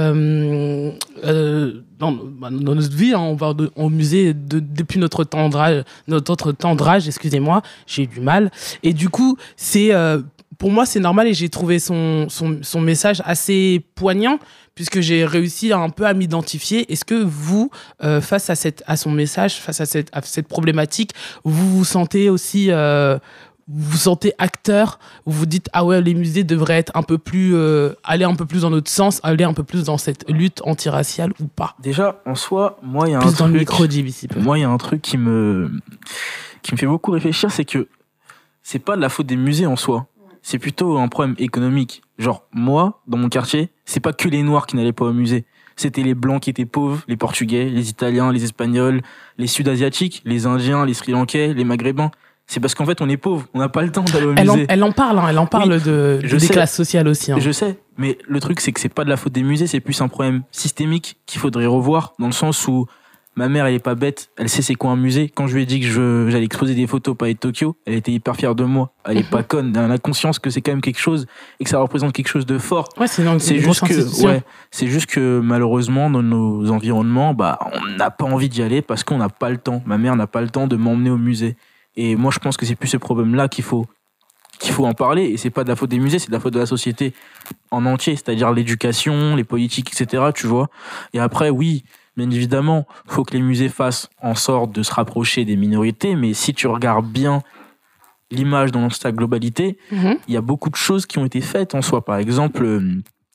A: euh, euh, dans, bah, dans notre vie. Hein. On va de, au musée de, depuis notre tendre notre tendrage, excusez-moi, j'ai eu du mal. Et du coup, c'est, euh, pour moi, c'est normal et j'ai trouvé son, son, son message assez poignant, puisque j'ai réussi un peu à m'identifier. Est-ce que vous, euh, face à, cette, à son message, face à cette, à cette problématique, vous vous sentez aussi... Euh, vous vous sentez acteur, vous vous dites ah ouais, les musées devraient être un peu plus euh, aller un peu plus dans notre sens, aller un peu plus dans cette lutte antiraciale ou pas?
D: Déjà, en soi, moi, il y a un
A: Plus
D: truc...
A: dans le micro, Jib, ici.
D: Moi, il y a un truc qui me, qui me fait beaucoup réfléchir, c'est que c'est pas de la faute des musées en soi. C'est plutôt un problème économique. Genre, moi, dans mon quartier, c'est pas que les Noirs qui n'allaient pas au musée. C'était les Blancs qui étaient pauvres, les Portugais, les Italiens, les Espagnols, les Sud-Asiatiques, les Indiens, les Sri Lankais, les Maghrébins. C'est parce qu'en fait, on est pauvre. On n'a pas le temps d'aller au
A: Elle en,
D: musée.
A: elle en parle, hein, elle en parle
D: Oui,
A: de,
D: je
A: des
D: sais.
A: classes sociales aussi. Hein.
D: Je sais, mais le truc, c'est que c'est pas de la faute des musées, c'est plus un problème systémique qu'il faudrait revoir, dans le sens où ma mère, elle est pas bête, elle sait c'est quoi un musée. Quand je lui ai dit que je, j'allais exposer des photos au Palais de Tokyo, elle était hyper fière de moi. Elle est pas conne, elle a conscience que c'est quand même quelque chose et que ça représente quelque chose de fort.
A: Ouais, c'est une,
D: C'est
A: une
D: juste
A: grosse
D: que,
A: institution.
D: ouais, c'est juste que malheureusement dans nos environnements, bah, on n'a pas envie d'y aller parce qu'on n'a pas le temps. Ma mère n'a pas le temps de m'emmener au musée. Et moi, je pense que c'est plus ce problème-là qu'il faut qu'il faut en parler. Et c'est pas de la faute des musées, c'est de la faute de la société en entier, c'est-à-dire l'éducation, les politiques, et cetera. Tu vois. Et après, oui, bien évidemment, faut que les musées fassent en sorte de se rapprocher des minorités. Mais si tu regardes bien l'image dans sa globalité,
A: Mhm.
D: il y a beaucoup de choses qui ont été faites en soi. Par exemple, euh,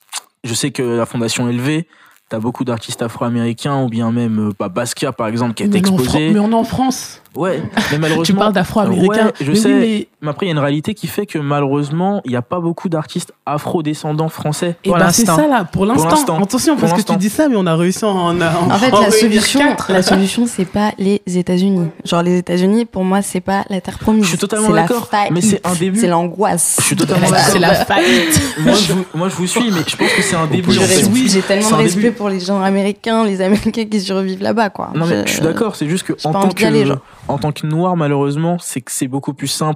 D: je sais que la Fondation L V, t'as beaucoup d'artistes afro-américains ou bien même euh, bah, Basquiat par exemple qui a été
A: mais, on est en Fran-
D: exposé.
A: mais on est en France.
D: Ouais, mais malheureusement.
A: Tu parles d'afro-américains.
D: Ouais, je
A: mais
D: sais.
A: oui, mais
D: Mais après, il y a une réalité qui fait que malheureusement, il n'y a pas beaucoup d'artistes afro-descendants français.
A: et
D: Pour
A: bah, c'est
D: l'instant.
A: ça là, pour l'instant.
D: l'instant.
A: Attention,
D: Pour
A: parce que
D: l'instant.
A: tu dis ça, mais on a réussi en, en,
E: En fait,
A: en
E: la
A: réunir
E: solution,
A: quatre.
E: la solution, c'est pas les États-Unis. Genre, les États-Unis, pour moi, c'est pas la terre promise.
D: Je suis totalement
E: C'est la
D: d'accord,
E: faillite.
D: mais c'est un début.
E: C'est l'angoisse.
D: Je suis totalement
E: C'est
D: d'accord.
A: C'est la faillite.
D: moi, je vous, moi, je vous suis, mais je pense que c'est un début.
E: Je
B: Oui,
E: reste-
A: oui,
E: J'ai tellement
D: c'est
E: de
D: un
E: respect
D: début.
E: pour les gens américains, les Américains qui survivent là-bas, quoi.
D: Non, mais je suis d'accord, c'est juste que
E: j'ai
D: en
E: pas
D: tant
E: envie d'y aller,
D: que,
E: genre.
D: en tant que noir, malheureusement, c'est que c'est beaucoup plus simple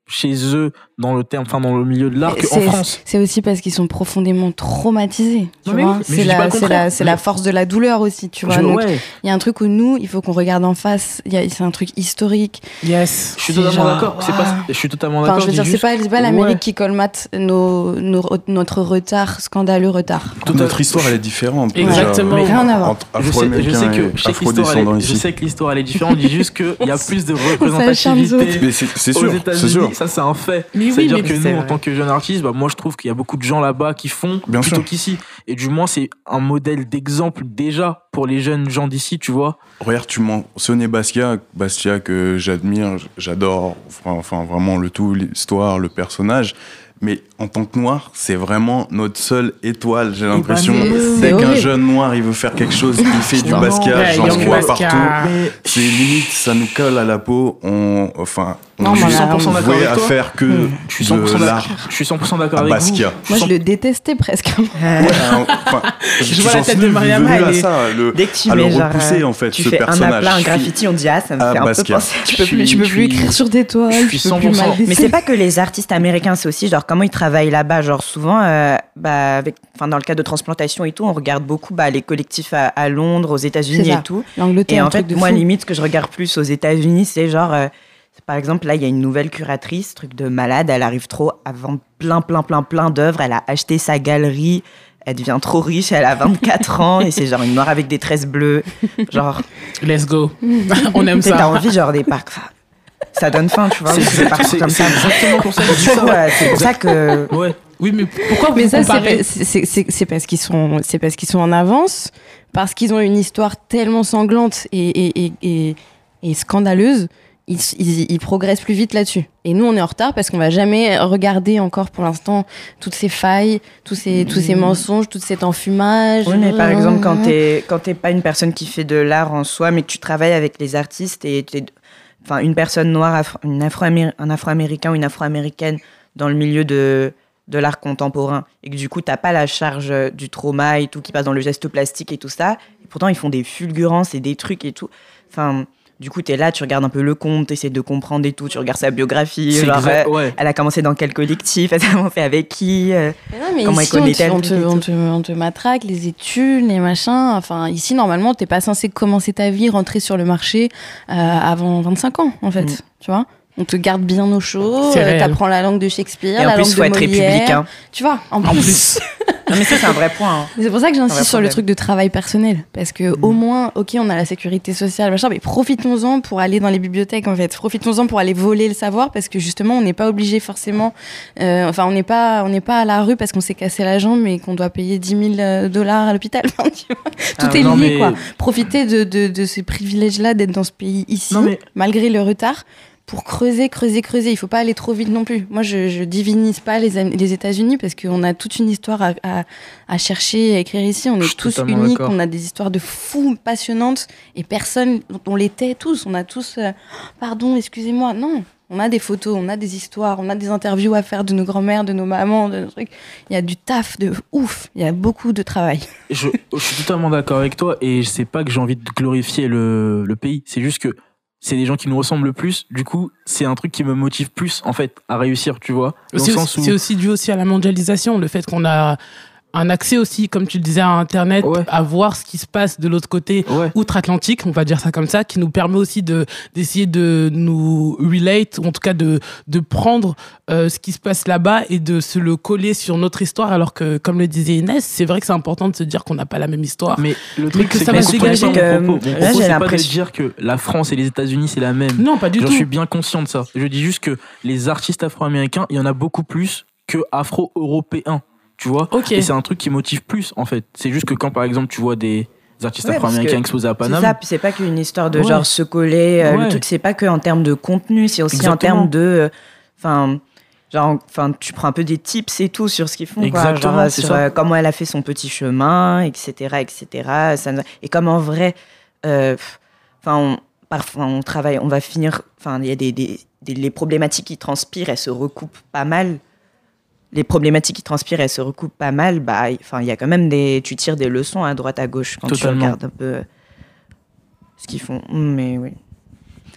D: chez eux dans le terme, enfin dans le milieu de l'art qu'en
E: C'est-
D: France.
E: C'est aussi parce qu'ils sont profondément traumatisés. Tu
D: Non, mais
E: vois
D: oui, mais je
E: c'est
D: dis
E: la,
D: pas le
E: c'est
D: contraire,
E: la, c'est
D: mais-
E: la force de la douleur aussi, tu vois.
D: Je-
E: Donc,
D: ouais,
E: il y a un truc où nous, il faut qu'on regarde en face. Il y a- C'est un truc historique.
A: Yes.
D: je suis
E: c'est
D: totalement
E: genre,
D: d'accord. C'est
E: waouh.
D: pas, je suis totalement
E: Enfin,
D: d'accord.
E: je veux
D: dis
E: dire, c'est
D: juste-
E: pas, c'est pas l'Amérique
D: Ouais.
E: qui colmate nos, nos- notre retard, scandaleux retard.
D: Tout à-
B: Notre histoire, elle est différente.
A: Exactement.
B: déjà,
E: Rien à voir.
B: Entre
D: Je sais, je
B: afro-américains
D: sais que,
B: et
D: je sais que l'histoire,
B: afro-descendants
D: elle est- je
B: ici.
D: sais que l'histoire elle est différente. On dit juste qu'il y a plus de
E: acharne les
D: représentativité
B: Mais c'est c'est
D: aux
B: sûr, c'est
D: États-Unis.
B: sûr.
D: Ça, c'est un fait.
A: Mais oui,
D: C'est-à-dire
A: mais
D: que
C: c'est
D: nous, en
C: vrai.
D: tant que jeunes artistes, bah, moi, je trouve qu'il y a beaucoup de gens là-bas qui font
B: Bien
D: plutôt
B: sûr.
D: qu'ici. Et du moins, c'est un modèle d'exemple déjà pour les jeunes gens d'ici, tu vois.
B: Regarde, tu mentionnais Basquiat, Basquiat que j'admire, j'adore, enfin, enfin vraiment le tout, l'histoire, le personnage. Mais en tant que noir, c'est vraiment notre seule étoile, j'ai l'impression.
D: mais
E: c'est
B: Dès qu'un
E: horrible.
B: jeune noir, il veut faire quelque chose, il fait du
D: Non,
B: Basquiat,
A: ouais,
B: j'en
A: Young
B: vois
A: Basquiat.
B: partout.
D: Mais
B: C'est limite, ça nous colle à la peau. On, enfin,
E: Non,
B: on
E: mais
B: est
E: on a-
D: cent pour cent d'accord
B: voué
D: avec
B: à
D: toi.
B: faire que
E: Mm.
D: je suis cent pour cent
B: de
D: d'accord.
B: l'art
D: Je suis cent pour cent d'accord
B: à
D: avec
B: Basquiat.
E: Moi, je
D: cent-
E: le détestais presque.
B: Ouais, hein, enfin,
A: Je vois la
B: j'en
A: tête
B: suis
A: de Mariama,
B: venu à
A: elle est-
B: ça, le,
C: Dès que tu
B: à le
C: mets genre,
B: repousser,
C: euh,
B: en fait,
C: tu
B: ce
C: fais un
B: personnage.
C: aplat, un graffiti, on dit ah, ça me
B: Ah,
C: fait un
B: Basquiat.
C: peu penser.
E: Tu peux
D: Je
E: plus,
D: suis-
E: tu peux
D: je
E: plus
D: suis-
E: écrire sur tes toiles.
D: je
E: tu
D: suis
E: peux
D: cent
E: plus
D: pour cent.
E: mal
C: Mais
E: dessiner.
C: c'est pas que les artistes américains, c'est aussi genre comment ils travaillent là-bas. Genre souvent, euh, bah, avec, enfin, dans le cas de transplantation et tout, on regarde beaucoup bah, les collectifs à, à Londres, aux États-Unis
E: C'est ça.
C: et tout.
E: L'Angleterre,
C: Et
E: un
C: en
E: truc
C: fait,
E: de
C: moi,
E: fou.
C: limite, ce que je regarde plus aux États-Unis, c'est genre, euh, par exemple, là, il y a une nouvelle curatrice, truc de malade, elle arrive trop à vendre plein, plein, plein, plein d'œuvres. Elle a acheté sa galerie, elle devient trop riche, elle a vingt-quatre ans, et c'est genre une noire avec des tresses bleues. Genre,
A: Let's go. On aime
C: tu sais, t'as
A: ça.
C: envie, genre, des parcs. Enfin, ça donne faim, tu vois,
D: C'est
C: c'est partout
D: c'est-
C: comme
D: c'est
C: ça.
D: exactement pour ça que je dis
C: Du coup,
D: ça.
C: ouais, c'est pour ça que.
D: Ouais.
A: Oui, mais pourquoi vous
E: Mais ça,
A: comparez
E: c'est- c'est c'est- c'est parce qu'ils sont, c'est parce qu'ils sont en avance, parce qu'ils ont une histoire tellement sanglante et, et, et, et, et scandaleuse. Ils, ils, ils progressent plus vite là-dessus. Et nous, on est en retard parce qu'on va jamais regarder encore pour l'instant toutes ces failles, tous ces, tous ces mensonges, tout cet enfumage.
C: Oui, mais par exemple, quand t'es quand t'es pas une personne qui fait de l'art en soi, mais que tu travailles avec les artistes et t'es, enfin, une personne noire, afro, une afro un Afro-américain ou une Afro-américaine dans le milieu de de l'art contemporain et que du coup t'as pas la charge du trauma et tout qui passe dans le geste plastique et tout ça. Et pourtant, ils font des fulgurances et des trucs et tout. Enfin. Du coup, t'es là, tu regardes un peu le conte, t'essaies de comprendre et tout, tu regardes sa biographie,
D: C'est
C: genre,
D: exact,
C: euh,
D: ouais.
C: elle a commencé dans quel collectif, elle a commencé avec qui, euh,
E: Mais non, mais
C: Comment
E: ici,
C: ils
E: on
C: connaissent
E: te,
C: tel
E: on,
C: truc
E: te,
C: et
E: on,
C: tout.
E: te, on te matraque, les études, les machins. Enfin, ici, normalement, t'es pas censé commencer ta vie, rentrer sur le marché euh, avant vingt-cinq ans, en fait.
C: Mm.
E: Tu vois, on te garde bien au chaud,
A: C'est
E: euh,
A: réel.
E: t'apprends la langue de Shakespeare,
C: et en
E: la
C: plus,
E: langue
C: faut
E: de
C: être
E: Molière.
C: républicain.
E: Tu vois, en
A: En
E: plus.
A: plus.
C: Non, mais ça, c'est un vrai point. hein.
E: C'est pour ça que
C: Un
E: j'insiste
C: vrai
E: sur le
C: problème.
E: truc de travail personnel. Parce que
C: Mm.
E: au moins, ok, on a la sécurité sociale, machin, mais profitons-en pour aller dans les bibliothèques, en fait. Profitons-en pour aller voler le savoir, parce que justement, on n'est pas obligé forcément. euh, enfin, on n'est pas, on n'est pas à la rue parce qu'on s'est cassé la jambe et qu'on doit payer dix mille dollars à l'hôpital. Enfin, tu vois, tout
C: Ah
E: est
D: non,
E: lié,
D: mais-
E: quoi. Profitez de, de, de ces privilèges-là d'être dans ce pays ici,
D: Non, mais-
E: malgré le retard. Pour creuser, creuser, creuser. Il faut pas aller trop vite non plus. Moi, je, je divinise pas les, Am- les États-Unis parce qu'on a toute une histoire à, à, à chercher, à écrire ici. On
D: Je
E: est
D: suis
E: tous
D: totalement
E: uniques.
D: d'accord.
E: On a des histoires de fous passionnantes et personne, on les tait tous. On a tous, euh, pardon, excusez-moi. Non, on a des photos, on a des histoires, on a des interviews à faire de nos grands-mères, de nos mamans, de nos trucs. Il y a du taf de ouf. Il y a beaucoup de travail.
D: Je, je suis totalement d'accord avec toi et c'est pas que j'ai envie de glorifier le, le pays, c'est juste que c'est des gens qui nous ressemblent le plus, du coup c'est un truc qui me motive plus en fait à réussir, tu vois, dans
A: C'est
D: le
A: aussi,
D: sens où
A: c'est aussi dû aussi à la mondialisation, le fait qu'on a un accès aussi, comme tu le disais, à Internet,
D: Ouais.
A: à voir ce qui se passe de l'autre côté
D: ouais,
A: outre-Atlantique, on va dire ça comme ça, qui nous permet aussi de d'essayer de nous relate, ou en tout cas de de prendre euh, ce qui se passe là-bas et de se le coller sur notre histoire, alors que, comme le disait Inès, c'est vrai que c'est important de se dire qu'on n'a pas la même histoire.
D: mais le truc
A: que
D: c'est
A: ça
D: que
A: va
D: mon
A: se
D: propos,
A: dégager.
D: mon
C: Que,
D: propos, mon
C: là,
D: propos,
C: j'ai
D: c'est pas de
C: l'impression-
D: dire que la France et les États-Unis c'est la même.
A: Non, pas du
D: J'en
A: tout.
D: suis bien conscient de ça. Je dis juste que les artistes afro-américains, il y en a beaucoup plus que afro-européens, tu vois.
A: Ok.
D: Et c'est un truc qui motive plus, en fait. C'est juste que quand, par exemple, tu vois des artistes
C: Ouais, parce
D: afro-américains
C: que
D: exposés à
C: C'est
D: Paname,
C: ça, puis c'est pas qu'une histoire de
D: Ouais.
C: genre se coller. euh,
D: Ouais.
C: Le truc, c'est pas que en termes de contenu, c'est aussi en
D: Exactement.
C: termes de. Enfin. Genre, enfin, tu prends un peu des tips et tout sur ce qu'ils font, quoi.
D: Exactement,
C: Genre, euh,
D: c'est
C: sur
D: ça.
C: euh, comment elle a fait son petit chemin, et cetera, et cetera. Ça, nous- et comme en vrai, euh, enfin, on, parfois on travaille, on va finir, enfin, il y a des, des, des- les problématiques qui transpirent, elles se recoupent pas mal. Les problématiques qui transpirent, elles se recoupent pas mal. Bah, enfin, il y a quand même des, tu tires des leçons à droite à gauche quand
D: Totalement.
C: tu regardes un peu euh, ce qu'ils font. Mais oui.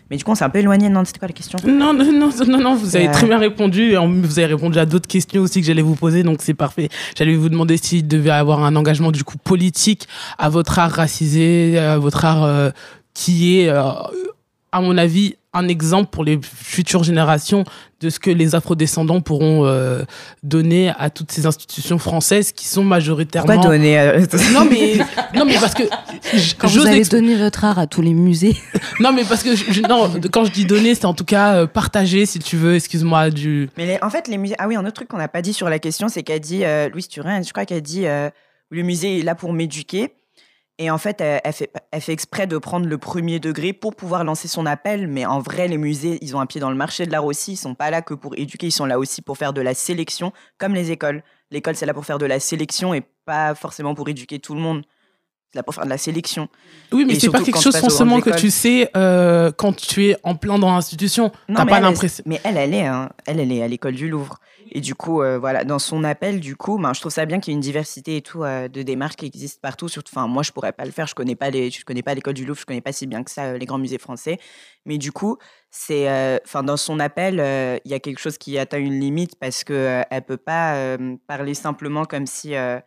C: Mais du coup, on s'est un peu éloigné. Non, c'était quoi la question ?
A: Non, non, non, non, non, vous avez
C: euh...
A: très bien répondu. Vous avez répondu à d'autres questions aussi que j'allais vous poser, donc c'est parfait. J'allais vous demander s'il devait avoir un engagement du coup politique à votre art racisé, à votre art euh, qui est, euh, à mon avis, un exemple pour les futures générations de ce que les afrodescendants pourront euh, donner à toutes ces institutions françaises qui sont majoritairement...
C: Pourquoi donner euh...
A: Non, mais, non, mais parce que...
E: Quand vous allez exp... donner votre art à tous les musées.
A: Non, mais parce que... Je, non, quand je dis donner, c'est en tout cas euh, partager, si tu veux, excuse-moi, du...
C: Mais les, en fait, les musées... Ah oui, un autre truc qu'on n'a pas dit sur la question, c'est qu'elle dit... Euh, Louise Turin, je crois qu'elle dit euh, le musée est là pour m'éduquer. Et en fait elle, elle fait, elle fait exprès de prendre le premier degré pour pouvoir lancer son appel. Mais en vrai, les musées, ils ont un pied dans le marché de l'art aussi. Ils sont pas là que pour éduquer, ils sont là aussi pour faire de la sélection, comme les écoles. L'école, c'est là pour faire de la sélection et pas forcément pour éduquer tout le monde. C'est là pour faire de la sélection.
A: Oui, mais et c'est pas quelque chose forcément que tu sais euh, quand tu es en plein dans l'institution. Non, t'as pas l'impression.
C: Mais elle, elle est, hein, elle, elle est à l'école du Louvre. Et du coup, euh, voilà, dans son appel, du coup, ben, je trouve ça bien qu'il y ait une diversité et tout euh, de démarches qui existent partout. Surtout, enfin, moi, je pourrais pas le faire. Je connais pas les, je connais pas l'école du Louvre. Je connais pas si bien que ça euh, les grands musées français. Mais du coup, c'est, enfin, euh, dans son appel, il euh, y a quelque chose qui atteint une limite parce que euh, elle peut pas euh, parler simplement comme si euh,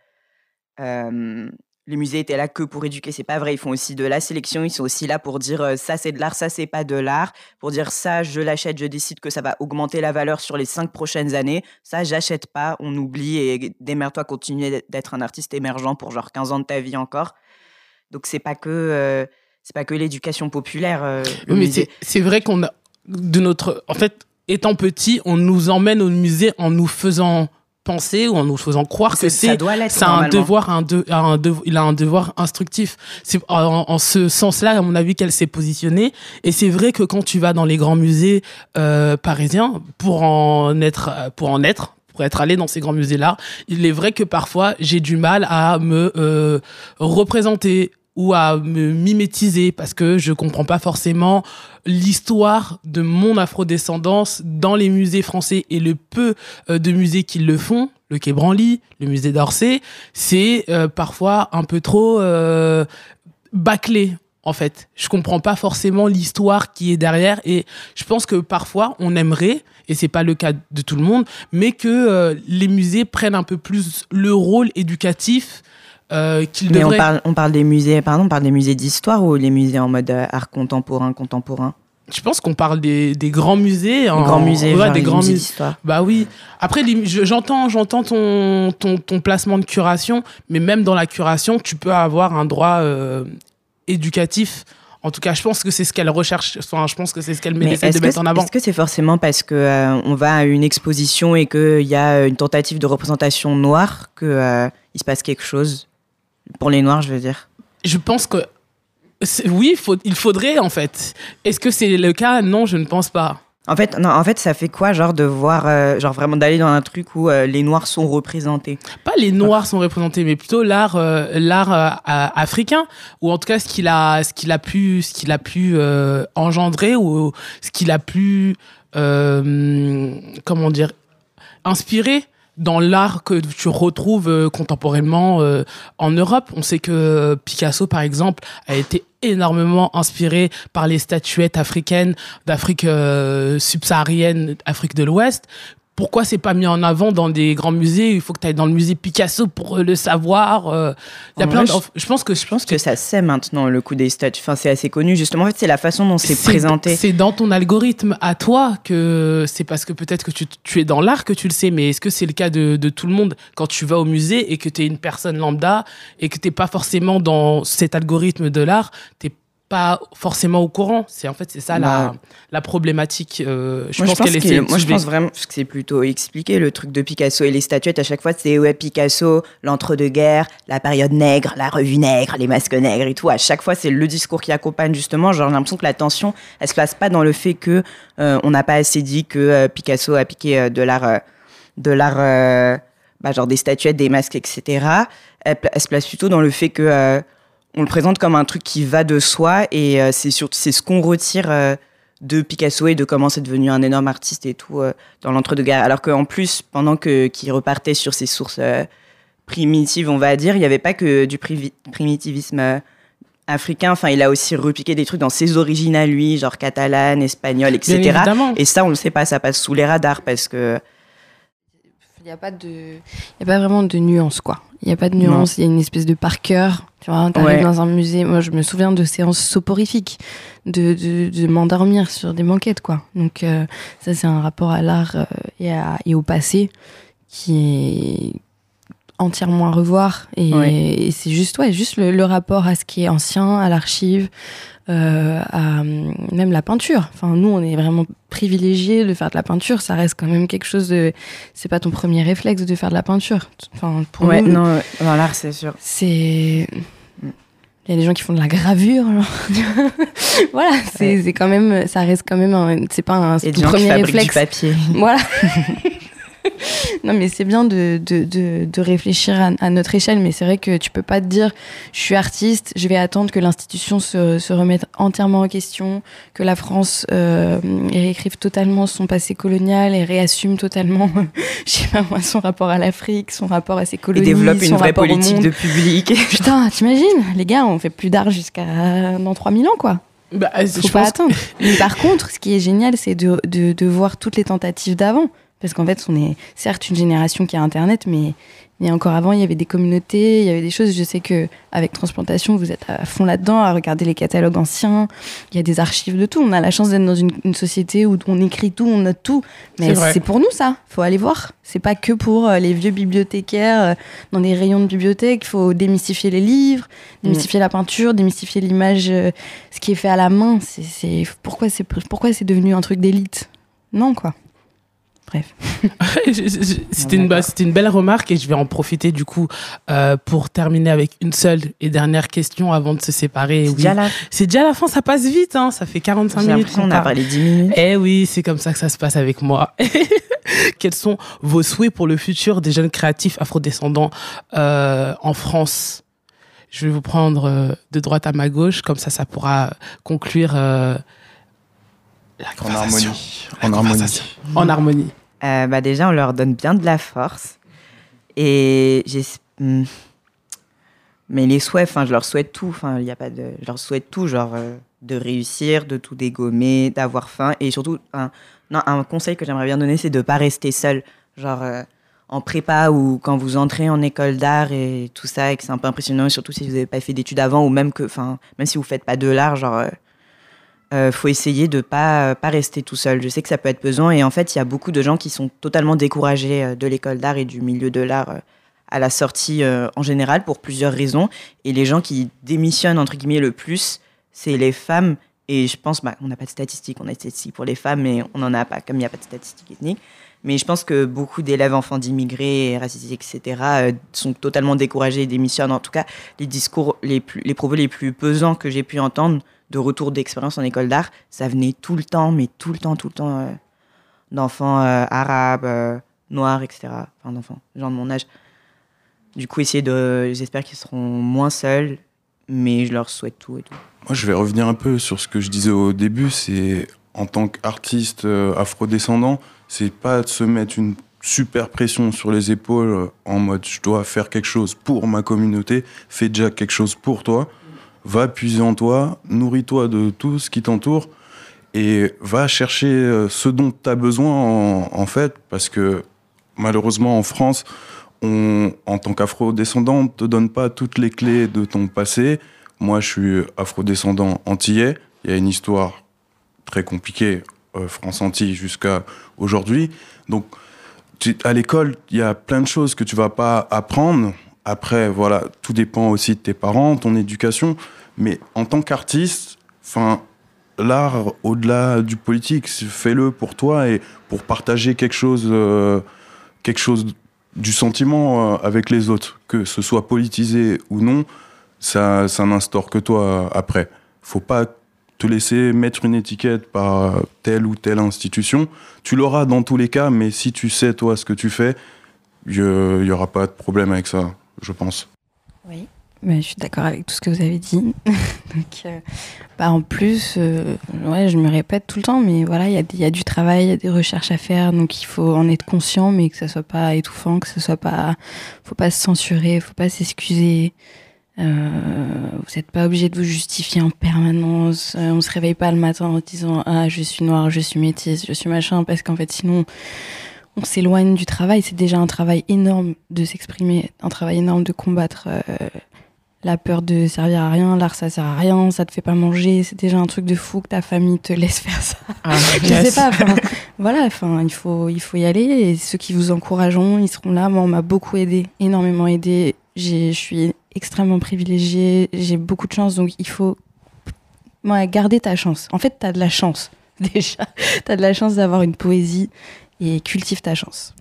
C: euh, les musées étaient là que pour éduquer. C'est pas vrai. Ils font aussi de la sélection. Ils sont aussi là pour dire euh, ça c'est de l'art, ça c'est pas de l'art. Pour dire ça, je l'achète, je décide que ça va augmenter la valeur sur les cinq prochaines années. Ça, j'achète pas. On oublie et démerde-toi, continue d'être un artiste émergent pour genre quinze ans de ta vie encore. Donc c'est pas que euh, c'est pas que l'éducation populaire. Euh,
A: oui, mais c'est, c'est vrai qu'on a de notre en fait étant petit, on nous emmène au musée en nous faisant penser ou en nous faisant croire
C: c'est,
A: que c'est, c'est un devoir, un, de, un de, il a un devoir instructif. C'est en, en ce sens-là, à mon avis, qu'elle s'est positionnée. Et c'est vrai que quand tu vas dans les grands musées euh, parisiens, pour en être, pour en être, pour être allé dans ces grands musées-là, il est vrai que parfois j'ai du mal à me euh, représenter ou à me mimétiser parce que je comprends pas forcément l'histoire de mon afrodescendance dans les musées français et le peu euh, de musées qui le font, le Quai Branly, le musée d'Orsay, c'est euh, parfois un peu trop euh, bâclé. En fait, je comprends pas forcément l'histoire qui est derrière et je pense que parfois on aimerait, et c'est pas le cas de tout le monde, mais que euh, les musées prennent un peu plus le rôle éducatif Euh, qu'il
C: Mais
A: devrait...
C: on parle, on parle des musées, pardon, on parle des musées d'histoire ou les musées en mode euh, art contemporain, contemporain.
A: Je pense qu'on parle des, des grands musées.
C: Des
A: en,
C: grands musées,
A: ouais,
C: genre
A: des
C: les
A: grands
C: musées
A: musées
C: d'histoire.
A: Bah oui. Après, les, je, j'entends, j'entends ton, ton, ton placement de curation, mais même dans la curation, tu peux avoir un droit euh, éducatif. En tout cas, je pense que c'est ce qu'elle recherche. Enfin, je pense que c'est ce qu'elle essaie de mettre en avant.
C: Est-ce que c'est forcément parce que euh, on va à une exposition et qu'il y a une tentative de représentation noire que euh, il se passe quelque chose? Pour les Noirs, je veux dire.
A: Je pense que c'est, oui, faut, il faudrait en fait. Est-ce que c'est le cas? Non, je ne pense pas.
C: En fait, non, en fait, ça fait quoi, genre de voir, euh, genre vraiment d'aller dans un truc où euh, les Noirs sont représentés?
A: Pas les Noirs sont représentés, mais plutôt l'art, euh, l'art euh, africain, ou en tout cas ce qu'il a, ce qu'il a pu, ce qu'il a pu euh, engendrer ou ce qu'il a pu, euh, comment dire, inspirer dans l'art que tu retrouves euh, contemporainement euh, en Europe. On sait que Picasso, par exemple, a été énormément inspiré par les statuettes africaines d'Afrique euh, subsaharienne, Afrique de l'Ouest. Pourquoi c'est pas mis en avant dans des grands musées? Il faut que tu ailles dans le musée Picasso pour le savoir. Euh, y a plein
C: vrai,
A: de... je pense que je pense
C: que, que ça sait maintenant le coup des statues. Enfin, c'est assez connu justement. En fait, c'est la façon dont c'est, c'est présenté.
A: C'est dans ton algorithme à toi que c'est parce que peut-être que tu, tu es dans l'art que tu le sais. Mais est-ce que c'est le cas de, de tout le monde quand tu vas au musée et que tu es une personne lambda et que t'es pas forcément dans cet algorithme de l'art, t'es pas forcément au courant. C'est en fait c'est ça bah, la, la problématique. Euh, je,
C: moi,
A: pense
C: je pense
A: qu'elle
C: qu'il,
A: essaie.
C: Moi je pense vraiment que c'est plutôt expliqué le truc de Picasso et les statuettes. À chaque fois c'est ouais Picasso, l'entre-deux-guerres, la période nègre, la revue nègre, les masques nègres et tout. À chaque fois c'est le discours qui accompagne justement. Genre j'ai l'impression que la tension elle se passe pas dans le fait que euh, on n'a pas assez dit que euh, Picasso a piqué euh, de l'art, euh, de l'art, euh, bah, genre des statuettes, des masques, et cetera. Elle, elle se place plutôt dans le fait que euh, on le présente comme un truc qui va de soi et euh, c'est, surtout, c'est ce qu'on retire euh, de Picasso et de comment c'est devenu un énorme artiste et tout euh, dans l'entre-deux-guerres. Alors qu'en plus, pendant que, qu'il repartait sur ses sources euh, primitives, on va dire, il n'y avait pas que du privi- primitivisme euh, africain. Enfin, il a aussi repiqué des trucs dans ses origines à lui, genre catalane, espagnol, et cetera.
A: Bien évidemment.
C: Et ça, on le sait pas, ça passe sous les radars parce que
E: il n'y a pas de, il y a pas vraiment de nuance, quoi. Il n'y a pas de nuance, il y a une espèce de par cœur. Tu vois, t'arrives ouais. dans un musée. Moi, je me souviens de séances soporifiques, de, de, de m'endormir sur des banquettes, quoi. Donc, euh, ça, c'est un rapport à l'art euh, et, à, et au passé qui est entièrement à revoir. Et, ouais. et c'est juste, ouais, juste le, le rapport à ce qui est ancien, à l'archive, euh, à même la peinture. Enfin, nous, on est vraiment privilégiés de faire de la peinture. Ça reste quand même quelque chose de... C'est pas ton premier réflexe de faire de la peinture. Enfin, pour
C: ouais,
E: nous,
C: non, dans l'art, c'est sûr.
E: C'est... Il y a des gens qui font de la gravure. Voilà, c'est, ouais. c'est quand même... Ça reste quand même... Un, c'est pas un
C: et
E: ton premier réflexe.
C: Du papier.
E: Voilà. Non, mais c'est bien de, de, de, de réfléchir à, à notre échelle, mais c'est vrai que tu peux pas te dire je suis artiste, je vais attendre que l'institution se, se remette entièrement en question, que la France euh, réécrive totalement son passé colonial et réassume totalement, je sais pas moi, son rapport à l'Afrique, son rapport à ses colonies,
C: et développe une
E: son
C: vraie politique de public.
E: Putain, t'imagines, les gars, on fait plus d'art jusqu'à dans trois mille ans, quoi.
A: Bah,
E: Faut je pas pense... attendre. Mais par contre, ce qui est génial, c'est de, de, de voir toutes les tentatives d'avant. Parce qu'en fait, on est certes une génération qui a Internet, mais, mais encore avant, il y avait des communautés, il y avait des choses. Je sais qu'avec Transplantation, vous êtes à fond là-dedans, à regarder les catalogues anciens. Il y a des archives de tout. On a la chance d'être dans une, une société où on écrit tout, on note tout. Mais c'est, c'est pour nous, ça. Il faut aller voir. C'est pas que pour les vieux bibliothécaires dans des rayons de bibliothèque. Il faut démystifier les livres, démystifier mmh. la peinture, démystifier l'image, ce qui est fait à la main. C'est, c'est... Pourquoi, c'est... Pourquoi c'est devenu un truc d'élite ? Non, quoi. Bref.
A: c'était, une, bah, c'était une belle remarque et je vais en profiter du coup euh, pour terminer avec une seule et dernière question avant de se séparer.
C: C'est,
A: oui.
C: déjà, la...
A: c'est déjà la fin, ça passe vite, hein, ça fait quarante-cinq
C: J'ai
A: minutes.
C: On a parlé dix minutes.
A: Eh oui, c'est comme ça que ça se passe avec moi. Quels sont vos souhaits pour le futur des jeunes créatifs afrodescendants euh, en France ? Je vais vous prendre euh, de droite à ma gauche, comme ça, ça pourra conclure euh, la conversation.
B: En harmonie.
A: La
B: en
A: conversation.
B: harmonie.
A: En harmonie.
C: Euh, bah déjà, on leur donne bien de la force. Et j'ai... Mais les souhaits, enfin, je leur souhaite tout. Enfin, il y a pas de... Je leur souhaite tout, genre euh, de réussir, de tout dégommer, d'avoir faim. Et surtout, un, non, un conseil que j'aimerais bien donner, c'est de ne pas rester seul. Genre euh, en prépa ou quand vous entrez en école d'art et tout ça, et que c'est un peu impressionnant, surtout si vous n'avez pas fait d'études avant, ou même, que, même si vous ne faites pas de l'art, genre... Euh, Euh, faut essayer de pas pas rester tout seul. Je sais que ça peut être pesant et en fait il y a beaucoup de gens qui sont totalement découragés de l'école d'art et du milieu de l'art à la sortie euh, en général pour plusieurs raisons. Et les gens qui démissionnent entre guillemets le plus, c'est les femmes. Et je pense, bah, on n'a pas de statistiques, on a des statistiques pour les femmes, mais on n'en a pas comme il n'y a pas de statistiques ethniques. Mais je pense que beaucoup d'élèves enfants d'immigrés, racisés, et cetera, euh, sont totalement découragés et démissionnent. En tout cas, les discours, les, plus, les propos les plus pesants que j'ai pu entendre de retour d'expérience en école d'art, ça venait tout le temps, mais tout le temps, tout le temps, euh, d'enfants euh, arabes, euh, noirs, et cetera. Enfin, d'enfants, gens de mon âge. Du coup, essayer de... J'espère qu'ils seront moins seuls, mais je leur souhaite tout et tout.
B: Moi, je vais revenir un peu sur ce que je disais au début. C'est, en tant qu'artiste euh, afrodescendant, c'est pas de se mettre une super pression sur les épaules euh, en mode « je dois faire quelque chose pour ma communauté », fais déjà quelque chose pour toi. Va puiser en toi, nourris-toi de tout ce qui t'entoure et va chercher ce dont tu as besoin en, en fait, parce que malheureusement en France, on, en tant qu'afro-descendant, on ne te donne pas toutes les clés de ton passé. Moi, je suis afro-descendant antillais, il y a une histoire très compliquée, euh, France-Antilles jusqu'à aujourd'hui. Donc, tu, à l'école, il y a plein de choses que tu ne vas pas apprendre. Après, voilà, tout dépend aussi de tes parents, ton éducation. Mais en tant qu'artiste, enfin, l'art, au-delà du politique, fais-le pour toi et pour partager quelque chose, euh, quelque chose du sentiment euh, avec les autres. Que ce soit politisé ou non, ça, ça n'instaure que toi après. Faut pas te laisser mettre une étiquette par telle ou telle institution. Tu l'auras dans tous les cas, mais si tu sais, toi, ce que tu fais, il n'y aura pas de problème avec ça. Je pense.
E: Oui, mais je suis d'accord avec tout ce que vous avez dit. Donc, euh, bah en plus, euh, ouais, je me répète tout le temps, mais voilà, il y, y a du travail, il y a des recherches à faire, donc il faut en être conscient, mais que ça soit pas étouffant, que ça soit pas, faut pas se censurer, faut pas s'excuser. Euh, vous n'êtes pas obligé de vous justifier en permanence. Euh, on ne se réveille pas le matin en disant « Ah, je suis noire, je suis métisse, je suis machin », parce qu'en fait, sinon, on s'éloigne du travail. C'est déjà un travail énorme de s'exprimer, un travail énorme de combattre euh, la peur de servir à rien. L'art, ça sert à rien, ça te fait pas manger. C'est déjà un truc de fou que ta famille te laisse faire ça.
A: Ah,
E: je sais pas, enfin, voilà, enfin, il faut, il faut y aller. Et ceux qui vous encourageront, ils seront là. Moi, on m'a beaucoup aidé, énormément aidé. J'ai, je suis extrêmement privilégiée, j'ai beaucoup de chance, donc il faut ouais, garder ta chance. En fait, t'as de la chance, déjà. T'as de la chance d'avoir une poésie et cultive ta chance.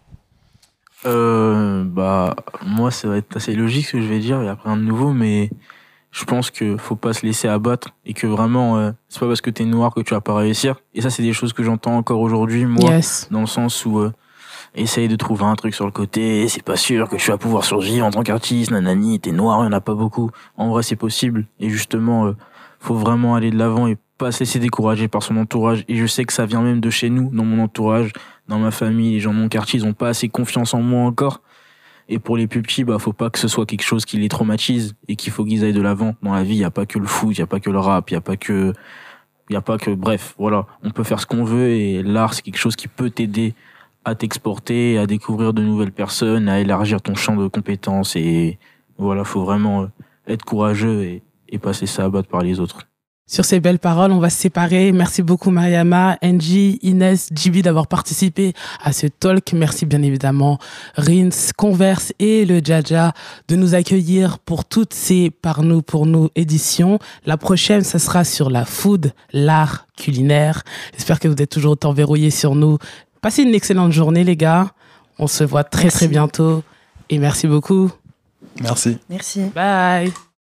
D: Euh, bah, moi, ça va être assez logique ce que je vais dire, il n'y a rien de nouveau, mais je pense qu'il faut pas se laisser abattre et que vraiment, euh, c'est pas parce que t'es noir que tu vas pas réussir. Et ça, c'est des choses que j'entends encore aujourd'hui, moi,
A: Yes.
D: dans le sens où euh, essaye de trouver un truc sur le côté, c'est pas sûr que tu vas pouvoir survivre en tant qu'artiste, nanani, t'es noir, il y en a pas beaucoup. En vrai, c'est possible. Et justement, euh, faut vraiment aller de l'avant et pas se laisser décourager par son entourage. Et je sais que ça vient même de chez nous, dans mon entourage, dans ma famille, les gens de mon quartier, ils ont pas assez confiance en moi encore. Et pour les plus petits, bah, faut pas que ce soit quelque chose qui les traumatise et qu'il faut qu'ils aillent de l'avant. Dans la vie, il y a pas que le foot, il y a pas que le rap, il y a pas que, il y a pas que, bref, voilà. On peut faire ce qu'on veut et l'art, c'est quelque chose qui peut t'aider à t'exporter, à découvrir de nouvelles personnes, à élargir ton champ de compétences et voilà, faut vraiment être courageux et, et passer ça à battre par les autres.
A: Sur ces belles paroles, on va se séparer. Merci beaucoup Mariama, Angie, Inès, Djiby d'avoir participé à ce talk. Merci bien évidemment Rins, Converse et le Dja de nous accueillir pour toutes ces Par nous, pour nous éditions. La prochaine, ça sera sur la food, l'art culinaire. J'espère que vous êtes toujours autant verrouillés sur nous. Passez une excellente journée les gars. On se voit très
C: Merci.
A: très bientôt et merci beaucoup.
B: Merci.
C: Merci.
A: Bye.